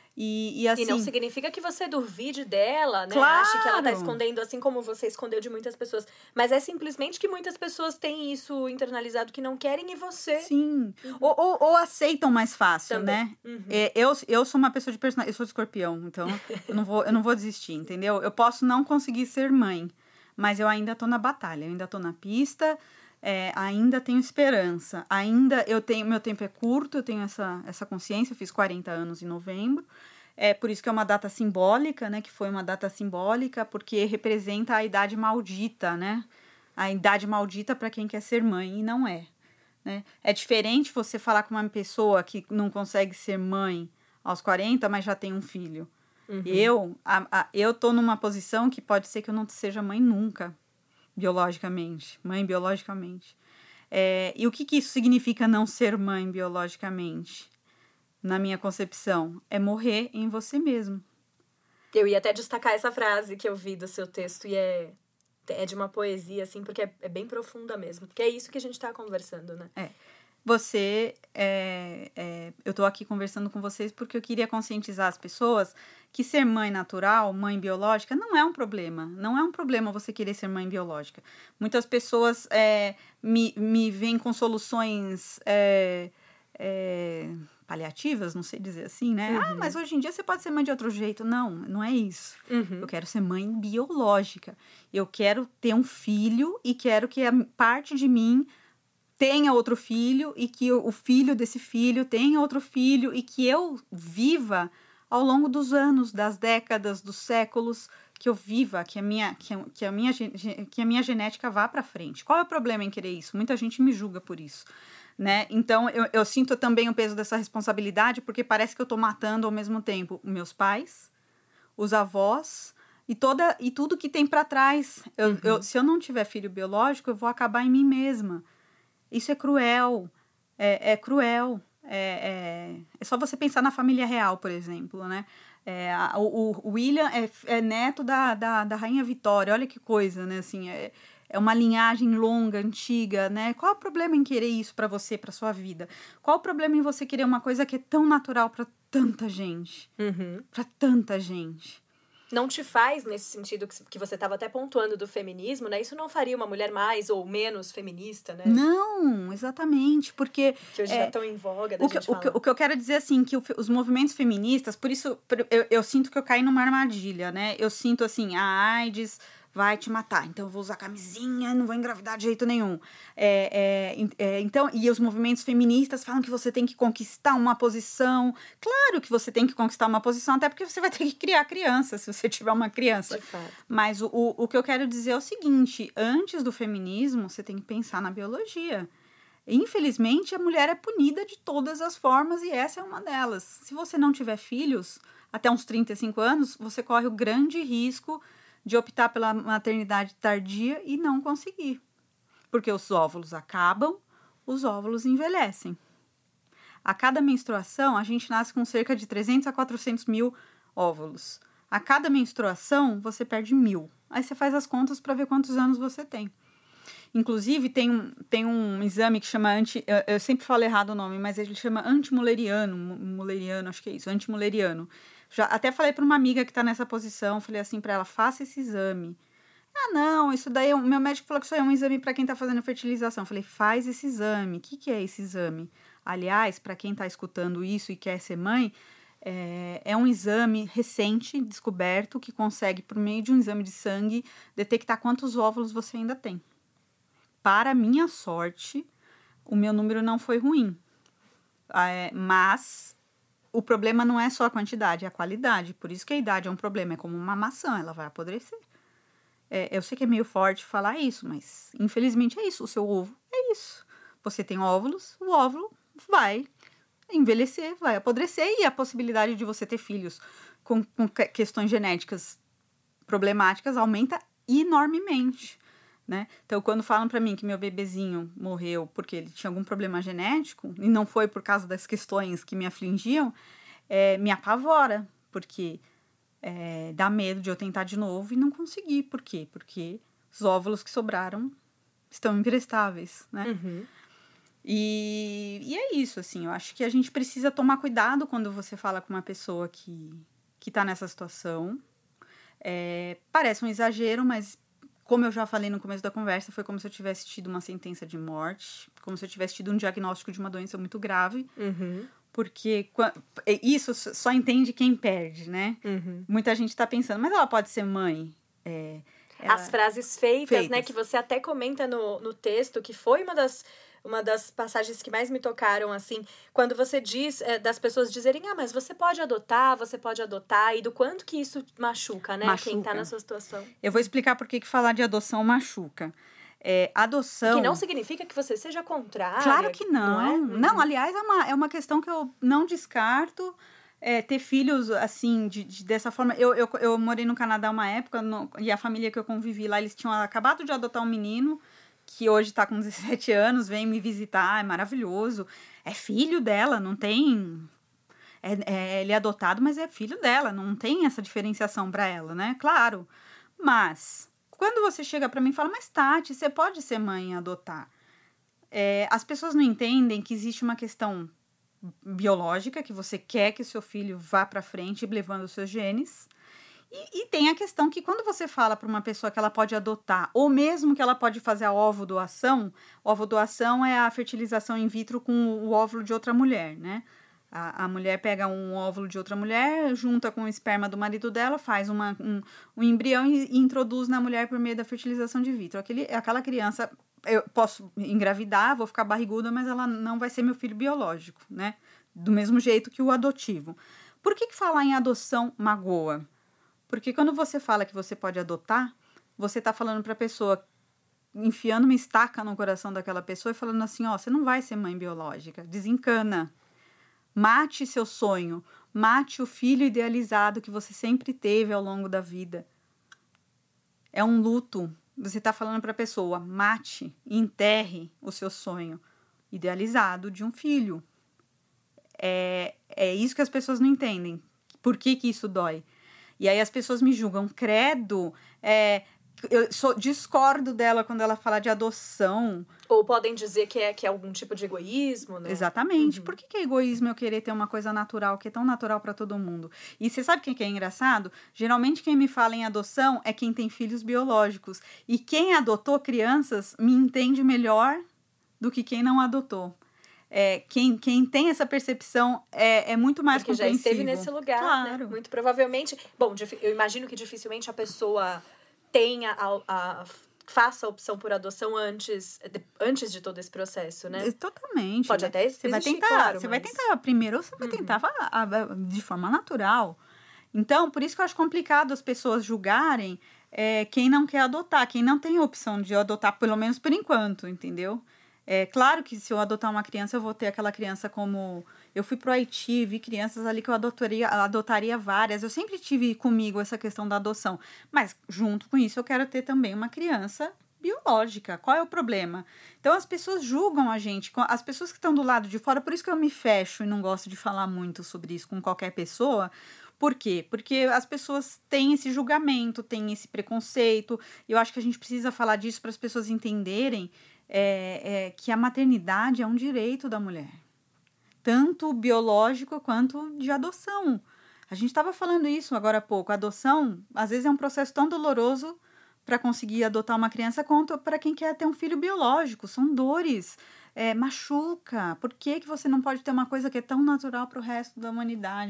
E, e assim... E não significa que você duvide dela, né? Claro! Ache que ela tá escondendo assim como você escondeu de muitas pessoas. Mas é simplesmente que muitas pessoas têm isso internalizado que não querem e você... Sim. Uhum. Ou, ou, ou aceitam mais fácil, Também. né? Uhum. É, eu, eu sou uma pessoa de personalidade... Eu sou de escorpião, então eu não vou, eu não vou desistir, entendeu? Eu posso não conseguir ser mãe, mas eu ainda tô na batalha. Eu ainda tô na pista... É, ainda tenho esperança, ainda eu tenho, meu tempo é curto, eu tenho essa, essa consciência, eu fiz quarenta anos em novembro, é por isso que é uma data simbólica, né, que foi uma data simbólica, porque representa a idade maldita, né, a idade maldita para quem quer ser mãe, e não é, né, é diferente você falar com uma pessoa que não consegue ser mãe aos quarenta, mas já tem um filho, uhum. eu, a, a, eu tô numa posição que pode ser que eu não seja mãe nunca, biologicamente, mãe biologicamente. É, e o que, que isso significa não ser mãe biologicamente? Na minha concepção, é morrer em você mesmo. Eu ia até destacar essa frase que eu vi do seu texto, e é, é de uma poesia, assim, porque é, é bem profunda mesmo. Porque é isso que a gente tá conversando, né? É. Você, é, é, eu tô aqui conversando com vocês porque eu queria conscientizar as pessoas que ser mãe natural, mãe biológica, não é um problema. Não é um problema você querer ser mãe biológica. Muitas pessoas é, me, me veem com soluções é, é, paliativas, não sei dizer assim, né? Uhum. Ah, mas hoje em dia você pode ser mãe de outro jeito. Não, não é isso. Uhum. Eu quero ser mãe biológica. Eu quero ter um filho e quero que a parte de mim tenha outro filho e que o filho desse filho tenha outro filho e que eu viva ao longo dos anos, das décadas, dos séculos, que eu viva, que a minha, que a, que a minha, que a minha genética vá para frente. Qual é o problema em querer isso? Muita gente me julga por isso, né? Então, eu, eu sinto também o peso dessa responsabilidade, porque parece que eu estou matando ao mesmo tempo meus pais, os avós e, toda, e tudo que tem para trás. Eu, uhum. eu, se eu não tiver filho biológico, eu vou acabar em mim mesma. Isso é cruel, é, é cruel, é, é, é só você pensar na família real, por exemplo, né? É, o, o William é, é neto da, da, da Rainha Vitória, olha que coisa, né? Assim, é, é uma linhagem longa, antiga, né? Qual o problema em querer isso para você, para sua vida? Qual o problema em você querer uma coisa que é tão natural para tanta gente? Uhum. Para tanta gente. Não te faz, nesse sentido que você estava até pontuando do feminismo, né? Isso não faria uma mulher mais ou menos feminista, né? Não, exatamente, porque... Que hoje é, tá tão em voga da o gente que, falar. O que, o que eu quero dizer, assim, que o, os movimentos feministas, por isso, eu, eu sinto que eu caí numa armadilha, né? Eu sinto, assim, a AIDS vai te matar, então eu vou usar camisinha, não vou engravidar de jeito nenhum. É, é, é, então, e os movimentos feministas falam que você tem que conquistar uma posição. Claro que você tem que conquistar uma posição, até porque você vai ter que criar criança, se você tiver uma criança. De fato. Mas o, o, o que eu quero dizer é o seguinte, antes do feminismo, você tem que pensar na biologia. Infelizmente, a mulher é punida de todas as formas e essa é uma delas. Se você não tiver filhos, até uns trinta e cinco anos, você corre o grande risco de optar pela maternidade tardia e não conseguir. Porque os óvulos acabam, os óvulos envelhecem. A cada menstruação, a gente nasce com cerca de trezentos a quatrocentos mil óvulos. A cada menstruação, você perde mil. Aí você faz as contas para ver quantos anos você tem. Inclusive, tem um, tem um exame que chama, anti, eu, eu sempre falo errado o nome, mas ele chama antimuleriano, muleriano, acho que é isso, antimuleriano. Já, até falei para uma amiga que está nessa posição, falei assim para ela, faça esse exame. Ah, não, isso daí, o meu médico falou que isso aí é um exame para quem está fazendo fertilização. Eu falei, faz esse exame. O que, que é esse exame? Aliás, para quem está escutando isso e quer ser mãe, É, é um exame recente, descoberto, que consegue, por meio de um exame de sangue, detectar quantos óvulos você ainda tem. Para minha sorte, o meu número não foi ruim. É, mas o problema não é só a quantidade, é a qualidade. Por isso que a idade é um problema. É como uma maçã, ela vai apodrecer. É, eu sei que é meio forte falar isso, mas infelizmente é isso. O seu ovo é isso. Você tem óvulos, o óvulo vai envelhecer, vai apodrecer, e a possibilidade de você ter filhos com, com questões genéticas problemáticas aumenta enormemente, né? Então, quando falam para mim que meu bebezinho morreu porque ele tinha algum problema genético, e não foi por causa das questões que me afligiam, é, me apavora, porque é, dá medo de eu tentar de novo e não conseguir. Por quê? Porque os óvulos que sobraram estão imprestáveis, né? Uhum. E, e é isso, assim, eu acho que a gente precisa tomar cuidado quando você fala com uma pessoa que, que tá nessa situação. É, parece um exagero, mas como eu já falei no começo da conversa, foi como se eu tivesse tido uma sentença de morte, como se eu tivesse tido um diagnóstico de uma doença muito grave, Uhum. porque isso só entende quem perde, né? Uhum. Muita gente tá pensando, mas ela pode ser mãe? É, ela... As frases feitas, feitas, né, que você até comenta no, no texto, que foi uma das... Uma das passagens que mais me tocaram, assim, quando você diz, é, das pessoas dizerem, ah, mas você pode adotar, você pode adotar, e do quanto que isso machuca, né? Machuca. Quem tá nessa situação. Eu vou explicar por que que falar de adoção machuca. É, adoção... Que não significa que você seja contrária. Claro que não. Não, é? Uhum. Não, aliás, é uma, é uma questão que eu não descarto. É, ter filhos, assim, de, de, dessa forma. Eu, eu, eu morei no Canadá uma época, no, e a família que eu convivi lá, eles tinham acabado de adotar um menino, que hoje tá com dezessete anos, vem me visitar, é maravilhoso. É filho dela, não tem... É, é, ele é adotado, mas é filho dela, não tem essa diferenciação para ela, né? Claro. Mas, quando você chega para mim e fala, mas Tati, você pode ser mãe e adotar. É, as pessoas não entendem que existe uma questão biológica, que você quer que o seu filho vá para frente levando os seus genes. E, e tem a questão que quando você fala para uma pessoa que ela pode adotar, ou mesmo que ela pode fazer a ovodoação, ovodoação é a fertilização in vitro com o óvulo de outra mulher, né? A, a mulher pega um óvulo de outra mulher, junta com o esperma do marido dela, faz uma, um, um embrião e, e introduz na mulher por meio da fertilização in vitro. Aquele, aquela criança, eu posso engravidar, vou ficar barriguda, mas ela não vai ser meu filho biológico, né? Do mesmo jeito que o adotivo. Por que que falar em adoção magoa? Porque quando você fala que você pode adotar, você está falando para a pessoa, enfiando uma estaca no coração daquela pessoa e falando assim, ó, você não vai ser mãe biológica, desencana. Mate seu sonho, mate o filho idealizado que você sempre teve ao longo da vida. É um luto. Você está falando para a pessoa, mate e enterre o seu sonho idealizado de um filho. É, é isso que as pessoas não entendem. Por que que isso dói? E aí as pessoas me julgam, credo, é, eu sou, discordo dela quando ela fala de adoção. Ou podem dizer que é, que é algum tipo de egoísmo, né? Exatamente. Uhum. Por que que é egoísmo eu querer ter uma coisa natural, que é tão natural para todo mundo? E você sabe o que é engraçado? Geralmente quem me fala em adoção é quem tem filhos biológicos. E quem adotou crianças me entende melhor do que quem não adotou. É, quem, quem tem essa percepção é, é muito mais Porque compreensível. já esteve nesse lugar, claro. né? Muito provavelmente... Bom, eu imagino que dificilmente a pessoa tenha a, a, faça a opção por adoção antes, antes de todo esse processo, né? Totalmente. Pode até existir, você vai tentar, claro, você mas... vai tentar primeiro, ou você vai tentar uhum. de forma natural. Então, por isso que eu acho complicado as pessoas julgarem é, quem não quer adotar, quem não tem a opção de adotar, pelo menos por enquanto, entendeu? É claro que se eu adotar uma criança, eu vou ter aquela criança como... Eu fui pro Haiti, vi crianças ali que eu adotaria, adotaria várias. Eu sempre tive comigo essa questão da adoção. Mas, junto com isso, eu quero ter também uma criança biológica. Qual é o problema? Então, as pessoas julgam a gente. As pessoas que estão do lado de fora... Por isso que eu me fecho e não gosto de falar muito sobre isso com qualquer pessoa. Por quê? Porque as pessoas têm esse julgamento, têm esse preconceito. E eu acho que a gente precisa falar disso para as pessoas entenderem É, é, que a maternidade é um direito da mulher, tanto biológico quanto de adoção. A gente estava falando isso agora há pouco. A adoção, às vezes, é um processo tão doloroso para conseguir adotar uma criança quanto para quem quer ter um filho biológico. São dores, é, machuca. Por que que você não pode ter uma coisa que é tão natural para o resto da humanidade?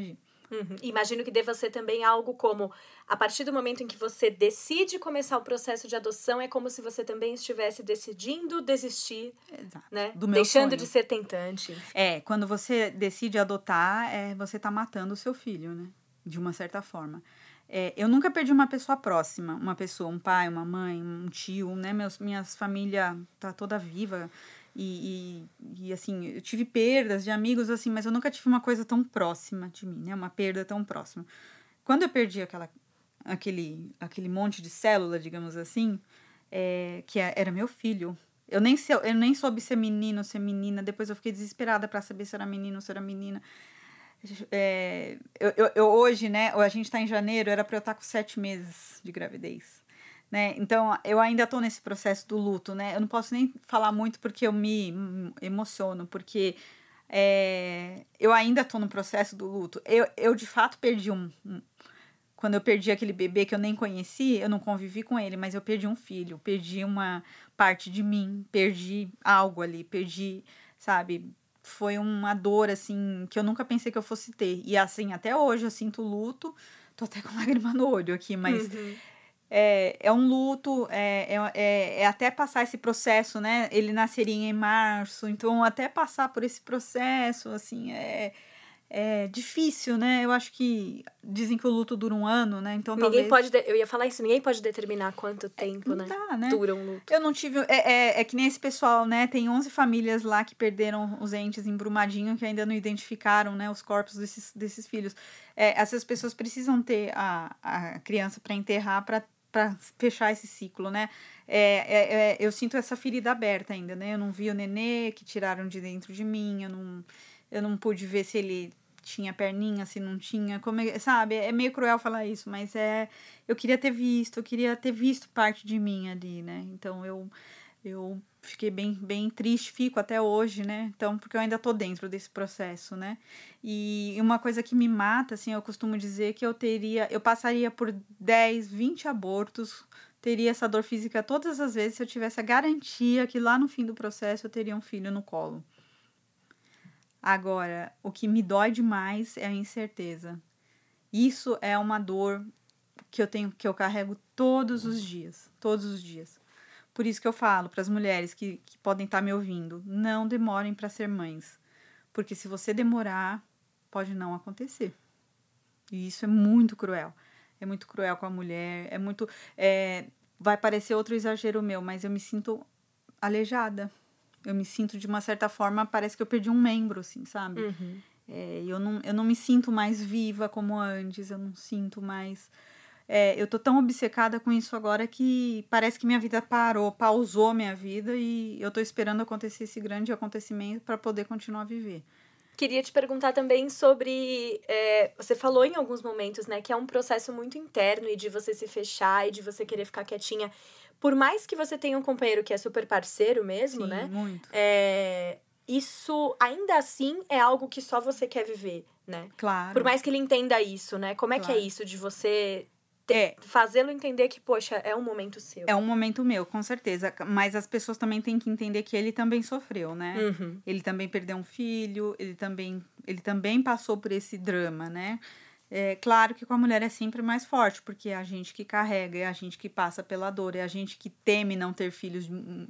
Uhum. Imagino que deva ser também algo como, a partir do momento em que você decide começar o processo de adoção, é como se você também estivesse decidindo desistir, Exato. né? Do meu Deixando sonho. de ser tentante. Enfim. É, quando você decide adotar, é, você tá matando o seu filho, né? De uma certa forma. É, eu nunca perdi uma pessoa próxima, uma pessoa, um pai, uma mãe, um tio, né? Meus, minhas família tá toda viva. E, e, e, assim, eu tive perdas de amigos, assim, mas eu nunca tive uma coisa tão próxima de mim, né? Uma perda tão próxima. Quando eu perdi aquela, aquele, aquele monte de célula, digamos assim, é, que era meu filho. Eu nem, se, eu nem soube ser menino ou ser menina. Depois eu fiquei desesperada para saber se era menino ou se era menina. É, eu, eu, eu hoje, né? A gente tá em janeiro, era para eu estar com sete meses de gravidez. Né? Então, eu ainda estou nesse processo do luto, né? Eu não posso nem falar muito porque eu me emociono, porque é, eu ainda estou no processo do luto. Eu, eu de fato, perdi um, um... Quando eu perdi aquele bebê que eu nem conheci, eu não convivi com ele, mas eu perdi um filho, perdi uma parte de mim, perdi algo ali, perdi, sabe? Foi uma dor, assim, que eu nunca pensei que eu fosse ter. E, assim, até hoje eu sinto luto, tô até com lágrima no olho aqui, mas... Uhum. É, é um luto, é, é, é até passar esse processo, né? Ele nasceria em março, então até passar por esse processo, assim, é, é difícil, né? Eu acho que dizem que o luto dura um ano, né? Então ninguém talvez... pode, de... eu ia falar isso, ninguém pode determinar quanto tempo, é, né? Dá, né? Dura um luto. Eu não tive... É, é, é que nem esse pessoal, né? Tem onze famílias lá que perderam os entes em Brumadinho, que ainda não identificaram, né? Os corpos desses, desses filhos. É, essas pessoas precisam ter a, a criança para enterrar, para para fechar esse ciclo, né? É, é, é, eu sinto essa ferida aberta ainda, né? Eu não vi o nenê que tiraram de dentro de mim, eu não, eu não pude ver se ele tinha perninha, se não tinha, como é, sabe? É meio cruel falar isso, mas é, eu queria ter visto, eu queria ter visto parte de mim ali, né? Então eu, eu fiquei bem, bem triste, fico até hoje, né? Então, porque eu ainda tô dentro desse processo, né? E uma coisa que me mata, assim, eu costumo dizer que eu teria, eu passaria por dez, vinte abortos, teria essa dor física todas as vezes se eu tivesse a garantia que lá no fim do processo eu teria um filho no colo. Agora, o que me dói demais é a incerteza. Isso é uma dor que eu tenho, que eu carrego todos os dias, todos os dias. Por isso que eu falo para as mulheres que, que podem estar me ouvindo, não demorem para ser mães. Porque se você demorar, pode não acontecer. E isso é muito cruel. É muito cruel com a mulher, é muito... É, vai parecer outro exagero meu, mas eu me sinto aleijada. Eu me sinto, de uma certa forma, parece que eu perdi um membro, assim, sabe? Uhum. É, eu, não, eu não me sinto mais viva como antes, eu não sinto mais... É, eu tô tão obcecada com isso agora que parece que minha vida parou, pausou minha vida e eu tô esperando acontecer esse grande acontecimento para poder continuar a viver. Queria te perguntar também sobre... É, você falou em alguns momentos, né, que é um processo muito interno e de você se fechar e de você querer ficar quietinha. Por mais que você tenha um companheiro que é super parceiro mesmo, Sim, né? muito. É, isso, ainda assim, é algo que só você quer viver, né? Claro. Por mais que ele entenda isso, né? Como é Claro. que é isso de você... É. Fazê-lo entender que, poxa, é um momento seu. É um momento meu, com certeza. Mas as pessoas também têm que entender que ele também sofreu, né? Uhum. Ele também perdeu um filho, ele também, ele também passou por esse drama, né? É claro que com a mulher é sempre mais forte, porque é a gente que carrega, é a gente que passa pela dor, é a gente que teme não ter filhos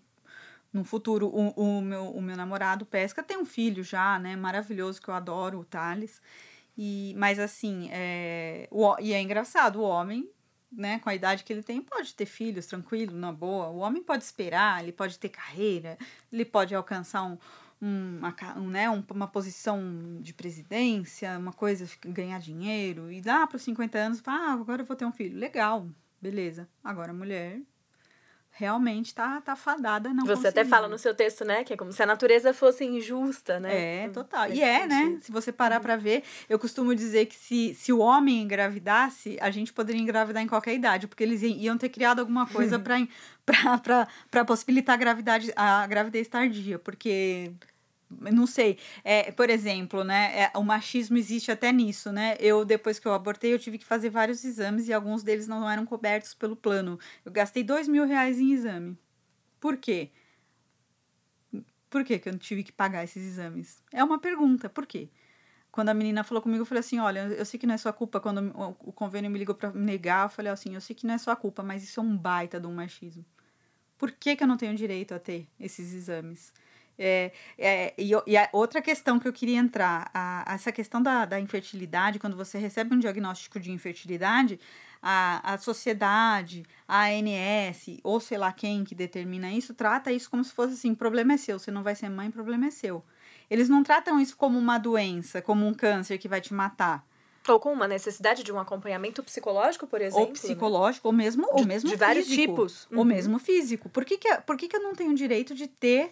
no futuro. O, o, meu, o meu namorado Pesca tem um filho já, né? Maravilhoso, que eu adoro, o Thales. E, mas assim, é, o, e é engraçado, o homem, né, com a idade que ele tem, pode ter filhos tranquilo, na boa. O homem pode esperar, ele pode ter carreira, ele pode alcançar um, um, uma, um, né, um, uma posição de presidência, uma coisa, ganhar dinheiro, e lá para os cinquenta anos, ah, agora eu vou ter um filho. Legal, beleza. Agora a mulher realmente tá, tá fadada a não Você conseguir. até fala no seu texto, né? Que é como se a natureza fosse injusta, né? É, total. Faz E é, sentido. né? Se você parar uhum. pra ver, eu costumo dizer que se, se o homem engravidasse, a gente poderia engravidar em qualquer idade, porque eles iam ter criado alguma coisa pra, pra, pra, pra possibilitar a gravidez, a gravidez tardia, porque... Não sei, é, por exemplo, né, é, o machismo existe até nisso, né, eu, depois que eu abortei, eu tive que fazer vários exames e alguns deles não eram cobertos pelo plano. Eu gastei dois mil reais em exame. Por quê? Por que que eu tive que pagar esses exames? É uma pergunta, por quê? quando a menina falou comigo, eu falei assim, olha, eu sei que não é sua culpa, quando o, o convênio me ligou pra negar, eu falei assim, eu sei que não é sua culpa, mas isso é um baita de um machismo. Por que que eu não tenho direito a ter esses exames? É, é, e, e a outra questão que eu queria entrar, a, essa questão da, da infertilidade, quando você recebe um diagnóstico de infertilidade, a, a sociedade, a ANS, ou sei lá quem que determina isso, trata isso como se fosse assim, problema é seu, você não vai ser mãe, problema é seu. Eles não tratam isso como uma doença, como um câncer que vai te matar. Ou com uma necessidade de um acompanhamento psicológico, por exemplo. Ou psicológico, né? ou mesmo, de, ou mesmo de físico. vários tipos. Ou uhum. mesmo físico. Por que, que, por que, que eu não tenho direito de ter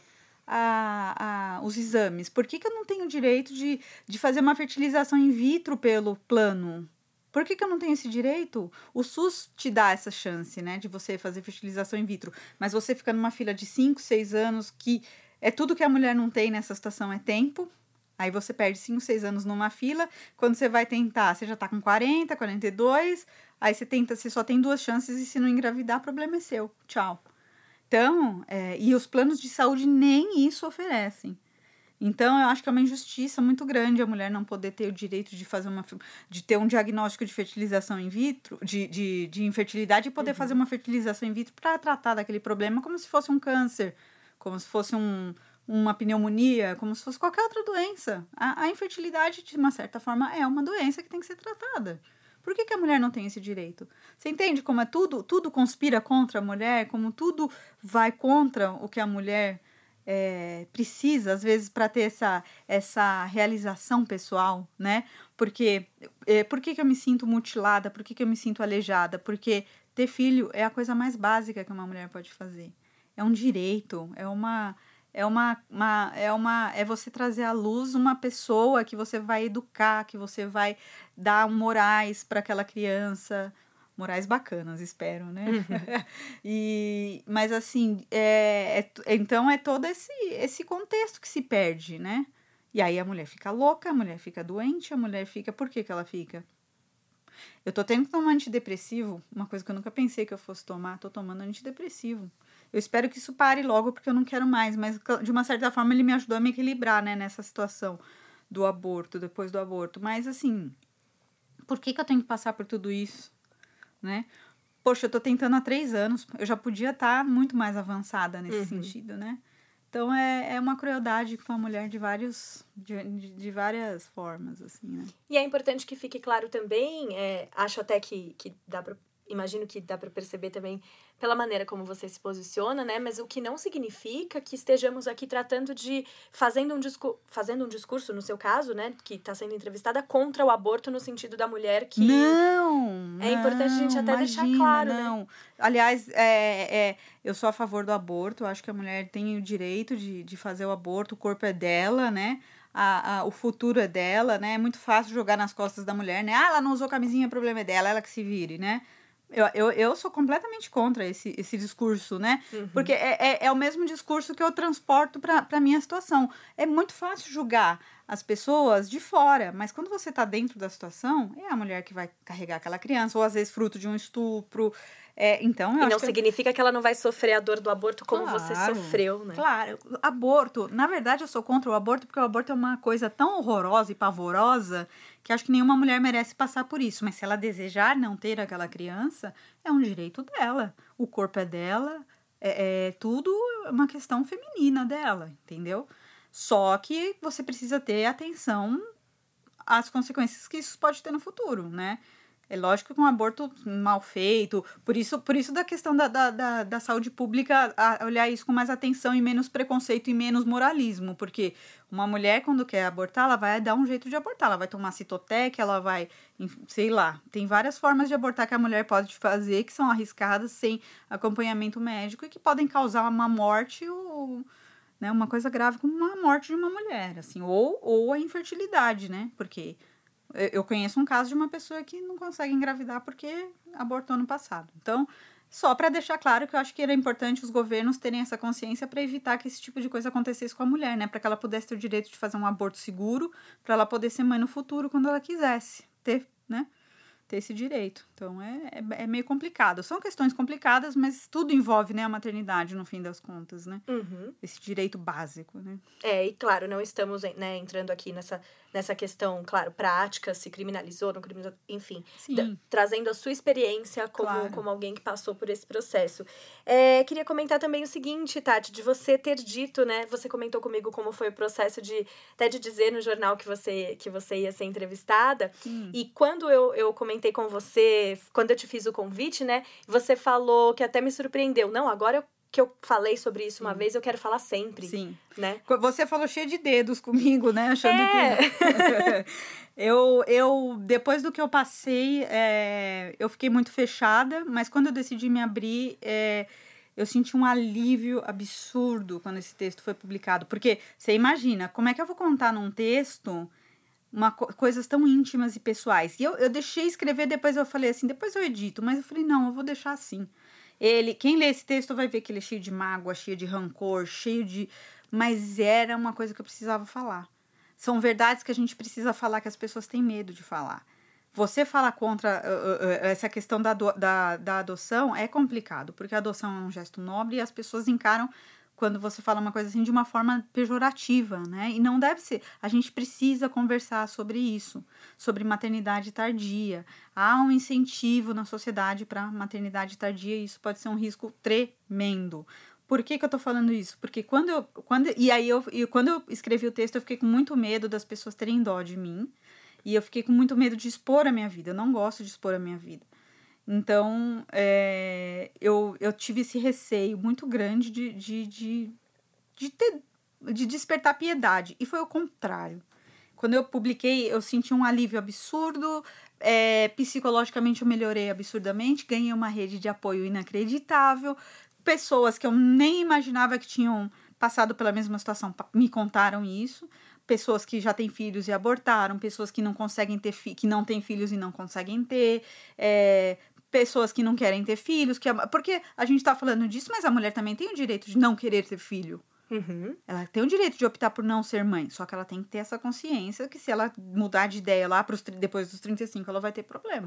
a, a, os exames? Por que, que eu não tenho direito de, de fazer uma fertilização in vitro pelo plano? Por que, que eu não tenho esse direito? O SUS te dá essa chance, né? De você fazer fertilização in vitro. Mas você fica numa fila de cinco, seis anos, que é tudo que a mulher não tem nessa situação, é tempo. Aí você perde cinco, seis anos numa fila. Quando você vai tentar, você já tá com quarenta, quarenta e dois. Aí você tenta, você só tem duas chances e se não engravidar, o problema é seu. Tchau. Então, é, e os planos de saúde nem isso oferecem. Então, eu acho que é uma injustiça muito grande a mulher não poder ter o direito de fazer uma, de ter um diagnóstico de fertilização in vitro, de, de, de infertilidade e poder uhum. fazer uma fertilização in vitro para tratar daquele problema como se fosse um câncer, como se fosse um uma pneumonia, como se fosse qualquer outra doença. A, a infertilidade, de uma certa forma, é uma doença que tem que ser tratada. Por que, que a mulher não tem esse direito? Você entende como é tudo, tudo conspira contra a mulher, como tudo vai contra o que a mulher é, precisa, às vezes, para ter essa, essa realização pessoal, né? Porque, é, por que, que eu me sinto mutilada? Por que, que eu me sinto aleijada? Porque ter filho é a coisa mais básica que uma mulher pode fazer. É um direito, é uma... É uma, uma, é uma, é você trazer à luz uma pessoa que você vai educar, que você vai dar morais para aquela criança, morais bacanas, espero, né? Uhum. e, mas assim, é, é, então é todo esse, esse contexto que se perde, né? E aí a mulher fica louca, a mulher fica doente, a mulher fica... Por que que ela fica? Eu tô tendo que tomar antidepressivo, uma coisa que eu nunca pensei que eu fosse tomar, tô tomando antidepressivo. Eu espero que isso pare logo, porque eu não quero mais, mas de uma certa forma ele me ajudou a me equilibrar, né, nessa situação do aborto, depois do aborto. Mas, assim, por que que eu tenho que passar por tudo isso, né? Poxa, eu tô tentando há três anos, eu já podia estar muito mais avançada nesse uhum. sentido, né? Então, é, é uma crueldade com a mulher de, vários, de, de, de várias formas, assim, né? E é importante que fique claro também, é, acho até que, que dá pra... Imagino que dá para perceber também pela maneira como você se posiciona, né? Mas o que não significa que estejamos aqui tratando de... Fazendo um, discu- fazendo um discurso, no seu caso, né? Que está sendo entrevistada contra o aborto no sentido da mulher que... Não! É importante não, a gente até imagina, deixar claro, não. né? Aliás, é, é, eu sou a favor do aborto. Eu acho que a mulher tem o direito de, de fazer o aborto. O corpo é dela, né? A, a, o futuro é dela, né? É muito fácil jogar nas costas da mulher, né? Ah, ela não usou camisinha, o problema é dela, ela que se vire, né? Eu, eu, eu sou completamente contra esse, esse discurso, né? Uhum. Porque é, é, é o mesmo discurso que eu transporto para a minha situação. É muito fácil julgar as pessoas de fora, mas quando você está dentro da situação, é a mulher que vai carregar aquela criança, ou às vezes fruto de um estupro. É, então, eu e não acho significa que... que ela não vai sofrer a dor do aborto como claro, você sofreu, né? Claro. Aborto, na verdade eu sou contra o aborto porque o aborto é uma coisa tão horrorosa e pavorosa que acho que nenhuma mulher merece passar por isso. Mas se ela desejar não ter aquela criança, é um direito dela. O corpo é dela, é, é tudo uma questão feminina dela, entendeu? Só que você precisa ter atenção às consequências que isso pode ter no futuro, né? É lógico que um aborto mal feito, por isso, por isso da questão da, da, da, da saúde pública, a olhar isso com mais atenção e menos preconceito e menos moralismo, porque uma mulher, quando quer abortar, ela vai dar um jeito de abortar, ela vai tomar Citotec, ela vai, sei lá, tem várias formas de abortar que a mulher pode fazer, que são arriscadas, sem acompanhamento médico e que podem causar uma morte ou... né, uma coisa grave como uma morte de uma mulher, assim, ou, ou a infertilidade, né, porque eu conheço um caso de uma pessoa que não consegue engravidar porque abortou no passado. Então, só para deixar claro que eu acho que era importante os governos terem essa consciência para evitar que esse tipo de coisa acontecesse com a mulher, né, para que ela pudesse ter o direito de fazer um aborto seguro, para ela poder ser mãe no futuro quando ela quisesse ter, né, ter esse direito. Então, é, é, é meio complicado. São questões complicadas, mas tudo envolve, né, a maternidade, no fim das contas, né? Uhum. Esse direito básico, né? É, e claro, não estamos, né, entrando aqui nessa, nessa questão, claro, prática, se criminalizou, não criminalizou, enfim. Sim. Trazendo a sua experiência como, Claro. como alguém que passou por esse processo. É, queria comentar também o seguinte, Tati, de você ter dito, né, você comentou comigo como foi o processo de, até de dizer no jornal que você, que você ia ser entrevistada. Sim. E quando eu, eu comentei com você, quando eu te fiz o convite, né, você falou que até me surpreendeu. Não, agora eu que eu falei sobre isso Sim. uma vez, eu quero falar sempre. Sim. Né? Você falou cheio de dedos comigo, né? Achando é. que... eu, eu, depois do que eu passei, é, eu fiquei muito fechada, mas quando eu decidi me abrir, é, eu senti um alívio absurdo quando esse texto foi publicado. Porque, você imagina, como é que eu vou contar num texto... Uma, coisas tão íntimas e pessoais. E eu, eu deixei escrever, depois eu falei assim, depois eu edito, mas eu falei, não, eu vou deixar assim. Ele, quem lê esse texto vai ver que ele é cheio de mágoa, cheio de rancor, cheio de... Mas era uma coisa que eu precisava falar. São verdades que a gente precisa falar, que as pessoas têm medo de falar. Você falar contra uh, uh, essa questão da, do, da, da adoção é complicado, porque a adoção é um gesto nobre e as pessoas encaram quando você fala uma coisa assim de uma forma pejorativa, né? E não deve ser. A gente precisa conversar sobre isso, sobre maternidade tardia. Há um incentivo na sociedade para maternidade tardia e isso pode ser um risco tremendo. Por que que eu tô falando isso? Porque quando eu... Quando, e aí, eu, e quando eu escrevi o texto, eu fiquei com muito medo das pessoas terem dó de mim. E eu fiquei com muito medo de expor a minha vida. Eu não gosto de expor a minha vida. Então, é, eu, eu tive esse receio muito grande de, de, de, de, ter, de despertar piedade. E foi o contrário. Quando eu publiquei, eu senti um alívio absurdo. É, psicologicamente, eu melhorei absurdamente. Ganhei uma rede de apoio inacreditável. Pessoas que eu nem imaginava que tinham passado pela mesma situação me contaram isso. Pessoas que já têm filhos e abortaram. Pessoas que não conseguem ter fi- que não têm filhos e não conseguem ter. É, pessoas que não querem ter filhos, que a, porque a gente tá falando disso, mas a mulher também tem o direito de não querer ter filho. Uhum. Ela tem o direito de optar por não ser mãe, só que ela tem que ter essa consciência que se ela mudar de ideia lá pros, depois dos trinta e cinco, ela vai ter problema.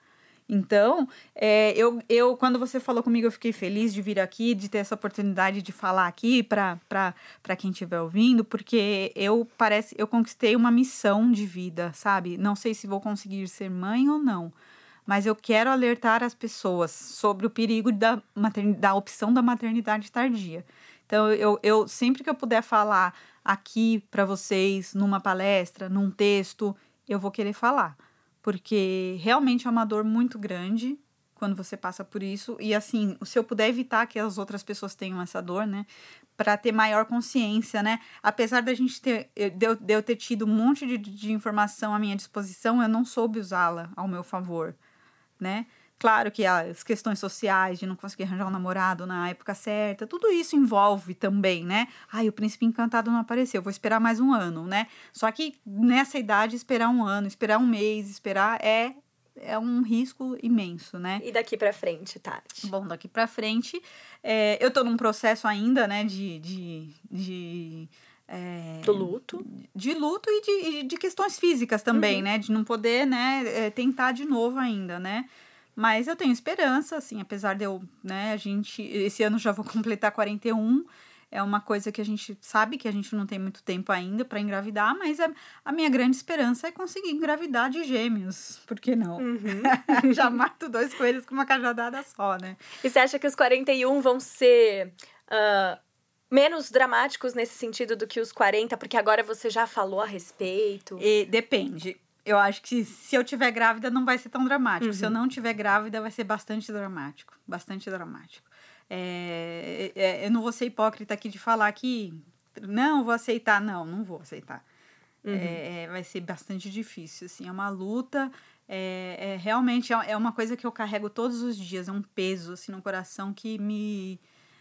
Então, é, eu, eu, quando você falou comigo, eu fiquei feliz de vir aqui, de ter essa oportunidade de falar aqui para quem estiver ouvindo, porque eu, parece, eu conquistei uma missão de vida, sabe? Não sei se vou conseguir ser mãe ou não, mas eu quero alertar as pessoas sobre o perigo da, da opção da maternidade tardia. Então, eu, eu sempre que eu puder falar aqui para vocês, numa palestra, num texto, eu vou querer falar. Porque realmente é uma dor muito grande quando você passa por isso. E, assim, se eu puder evitar que as outras pessoas tenham essa dor, né? Para ter maior consciência, né? Apesar da gente ter, de eu, de eu ter tido um monte de, de informação à minha disposição, eu não soube usá-la ao meu favor, né? Claro que as questões sociais de não conseguir arranjar um namorado na época certa, tudo isso envolve também, né? Ai, o príncipe encantado não apareceu, vou esperar mais um ano, né? Só que nessa idade, esperar um ano, esperar um mês, esperar é, é um risco imenso, né? E daqui pra frente, Tati? Bom, daqui pra frente, é, eu tô num processo ainda, né, de... de, de É, do luto. De luto e de, de questões físicas também, uhum. né? De não poder, né, tentar de novo ainda, né? Mas eu tenho esperança, assim, apesar de eu, né, a gente... Esse ano já vou completar quarenta e um, é uma coisa que a gente sabe que a gente não tem muito tempo ainda para engravidar, mas a, a minha grande esperança é conseguir engravidar de gêmeos, por que não? Uhum. Já mato dois coelhos com uma cajadada só, né? E você acha que os quarenta e um vão ser... Uh... menos dramáticos nesse sentido do que os quarenta, porque agora você já falou a respeito? E depende. Eu acho que se eu tiver grávida não vai ser tão dramático. Uhum. Se eu não tiver grávida vai ser bastante dramático. Bastante dramático. É, é, eu não vou ser hipócrita aqui de falar que não, vou aceitar. Não, não vou aceitar. Uhum. É, vai ser bastante difícil. Assim, é uma luta. É, é, realmente é uma coisa que eu carrego todos os dias. É um peso assim, no coração que me...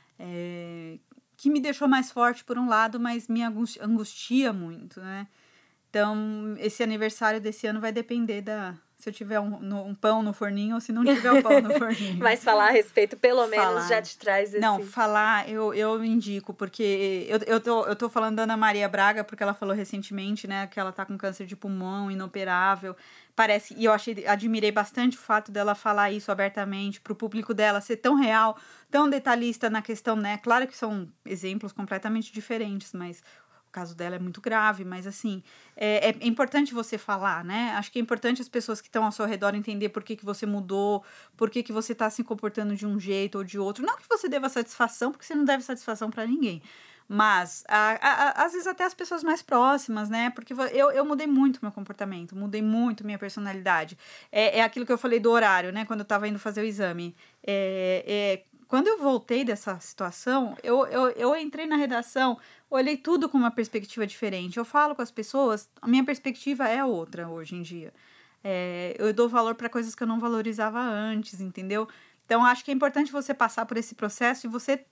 É, que me deixou mais forte por um lado, mas me angustia muito, né? Então, esse aniversário desse ano vai depender da, se eu tiver um, no, um pão no forninho ou se não tiver o pão no forninho. Mas falar a respeito, pelo menos, falar. já te traz esse... Não, falar eu, eu indico, porque eu, eu, tô, eu tô falando da Ana Maria Braga, porque ela falou recentemente, né, que ela tá com câncer de pulmão, inoperável. Parece, e eu achei, admirei bastante o fato dela falar isso abertamente pro público dela, ser tão real, tão detalhista na questão, né? Claro que são exemplos completamente diferentes, mas... O caso dela é muito grave, mas assim, é, é importante você falar, né? Acho que é importante as pessoas que estão ao seu redor entender por que, que você mudou, por que, que você está se comportando de um jeito ou de outro. Não que você deva satisfação, porque você não deve satisfação para ninguém. Mas, a, a, a, às vezes, até as pessoas mais próximas, né? Porque eu, eu mudei muito meu comportamento, mudei muito minha personalidade. É, é aquilo que eu falei do horário, né? Quando eu estava indo fazer o exame. É... é Quando eu voltei dessa situação, eu, eu, eu entrei na redação, olhei tudo com uma perspectiva diferente. Eu falo com as pessoas, a minha perspectiva é outra hoje em dia. É, eu dou valor para coisas que eu não valorizava antes, entendeu? Então, acho que é importante você passar por esse processo e você...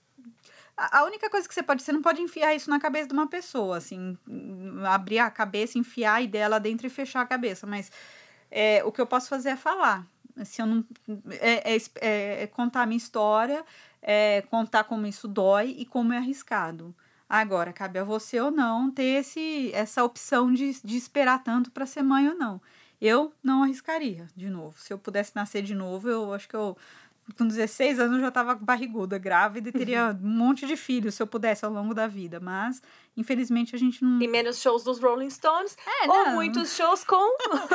A única coisa que você pode... Você não pode enfiar isso na cabeça de uma pessoa, assim, abrir a cabeça, enfiar a ideia lá dentro e fechar a cabeça. Mas é, o que eu posso fazer é falar. Se eu não, é, é, é contar a minha história, é contar como isso dói e como é arriscado. Agora, cabe a você ou não ter esse, essa opção de, de esperar tanto para ser mãe ou não. Eu não arriscaria de novo. Se eu pudesse nascer de novo, eu acho que eu, com dezesseis anos, eu já estava barriguda, grávida e teria um monte de filhos se eu pudesse ao longo da vida. Mas, infelizmente, a gente não... E menos shows dos Rolling Stones, é, ou não. muitos shows com,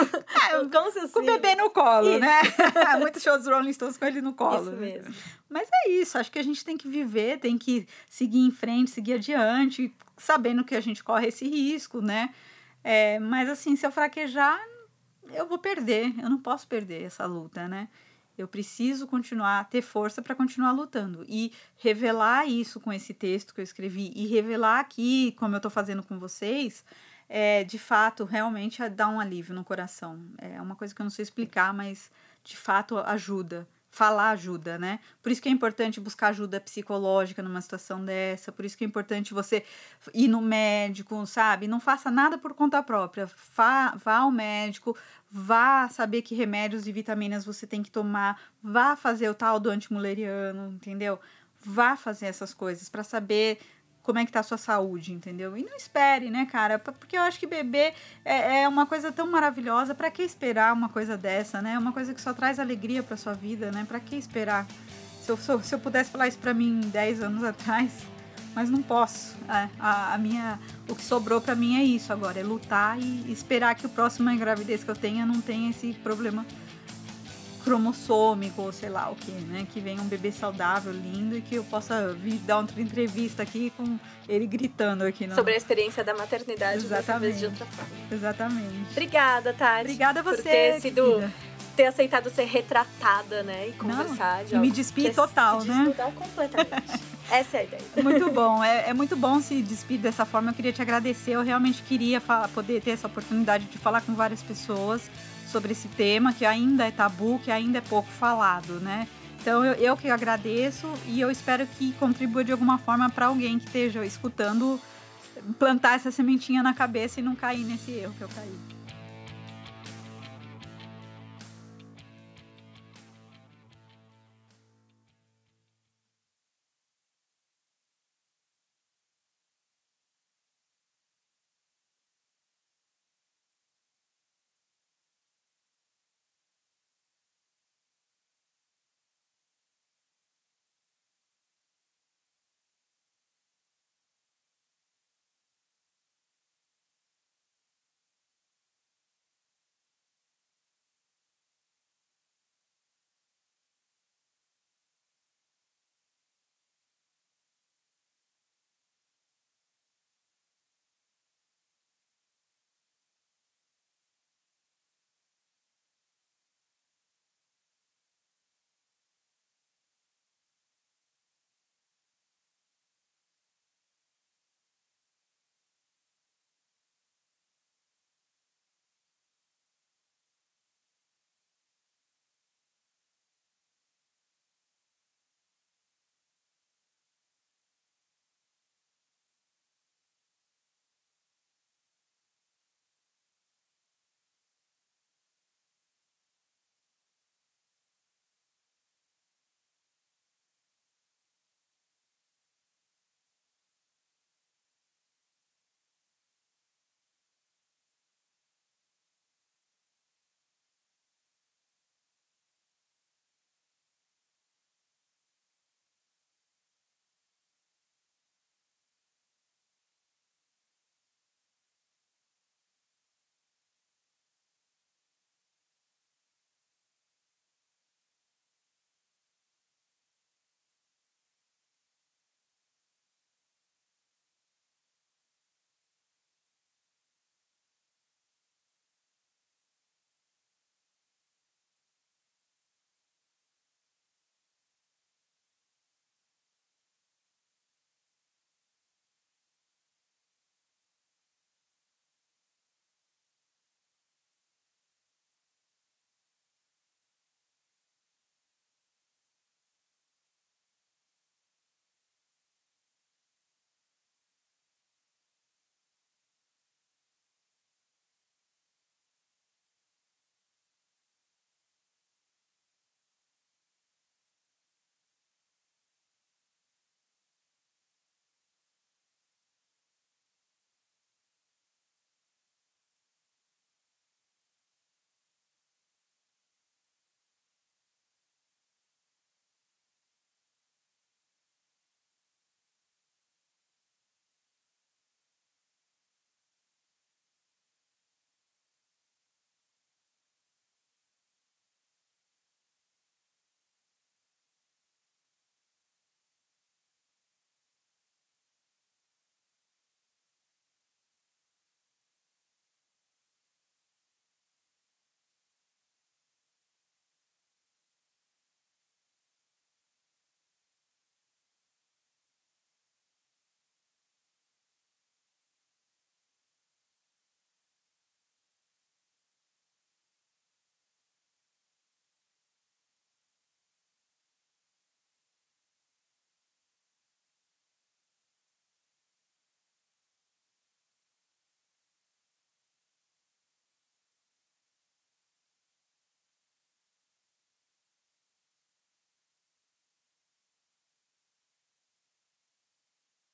é, com seus com o filhos. bebê no colo, Isso. né? Muitos shows dos Rolling Stones com ele no colo. Isso mesmo. Mas é isso, acho que a gente tem que viver, tem que seguir em frente, seguir adiante, sabendo que a gente corre esse risco, né? É, mas assim, se eu fraquejar, eu vou perder, eu não posso perder essa luta, né? Eu preciso continuar, ter força para continuar lutando. E revelar isso com esse texto que eu escrevi e revelar aqui, como eu estou fazendo com vocês, é, de fato, realmente dá um alívio no coração. É uma coisa que eu não sei explicar, mas de fato ajuda. Falar ajuda, né? Por isso que é importante buscar ajuda psicológica numa situação dessa, por isso que é importante você ir no médico, sabe? Não faça nada por conta própria. Vá, vá ao médico, vá saber que remédios e vitaminas você tem que tomar, vá fazer o tal do antimuleriano, entendeu? Vá fazer essas coisas para saber como é que tá a sua saúde, entendeu? E não espere, né, cara? Porque eu acho que bebê é, é uma coisa tão maravilhosa. Pra que esperar uma coisa dessa, né? É uma coisa que só traz alegria pra sua vida, né? Pra que esperar? Se eu, se eu pudesse falar isso pra mim dez anos atrás, mas não posso. É, a, a minha, o que sobrou pra mim é isso agora, é lutar e esperar que o próximo gravidez que eu tenha não tenha esse problema cromossômico, ou sei lá o que, né? Que venha um bebê saudável, lindo, e que eu possa vir dar outra entrevista aqui com ele gritando aqui. No... Sobre a experiência da maternidade, Exatamente. dessa vez de outra forma. Exatamente. Obrigada, Tati. Obrigada a você, por ter sido, querida. ter aceitado ser retratada, né? E conversar. Não, de e me algo despir que total, se né? desnudar completamente. Essa é a ideia. Muito bom, é, é muito bom se despedir dessa forma. Eu queria te agradecer, eu realmente queria falar, poder ter essa oportunidade de falar com várias pessoas sobre esse tema, que ainda é tabu, que ainda é pouco falado, né? Então, eu, eu que agradeço e eu espero que contribua de alguma forma para alguém que esteja escutando, plantar essa sementinha na cabeça e não cair nesse erro que eu caí.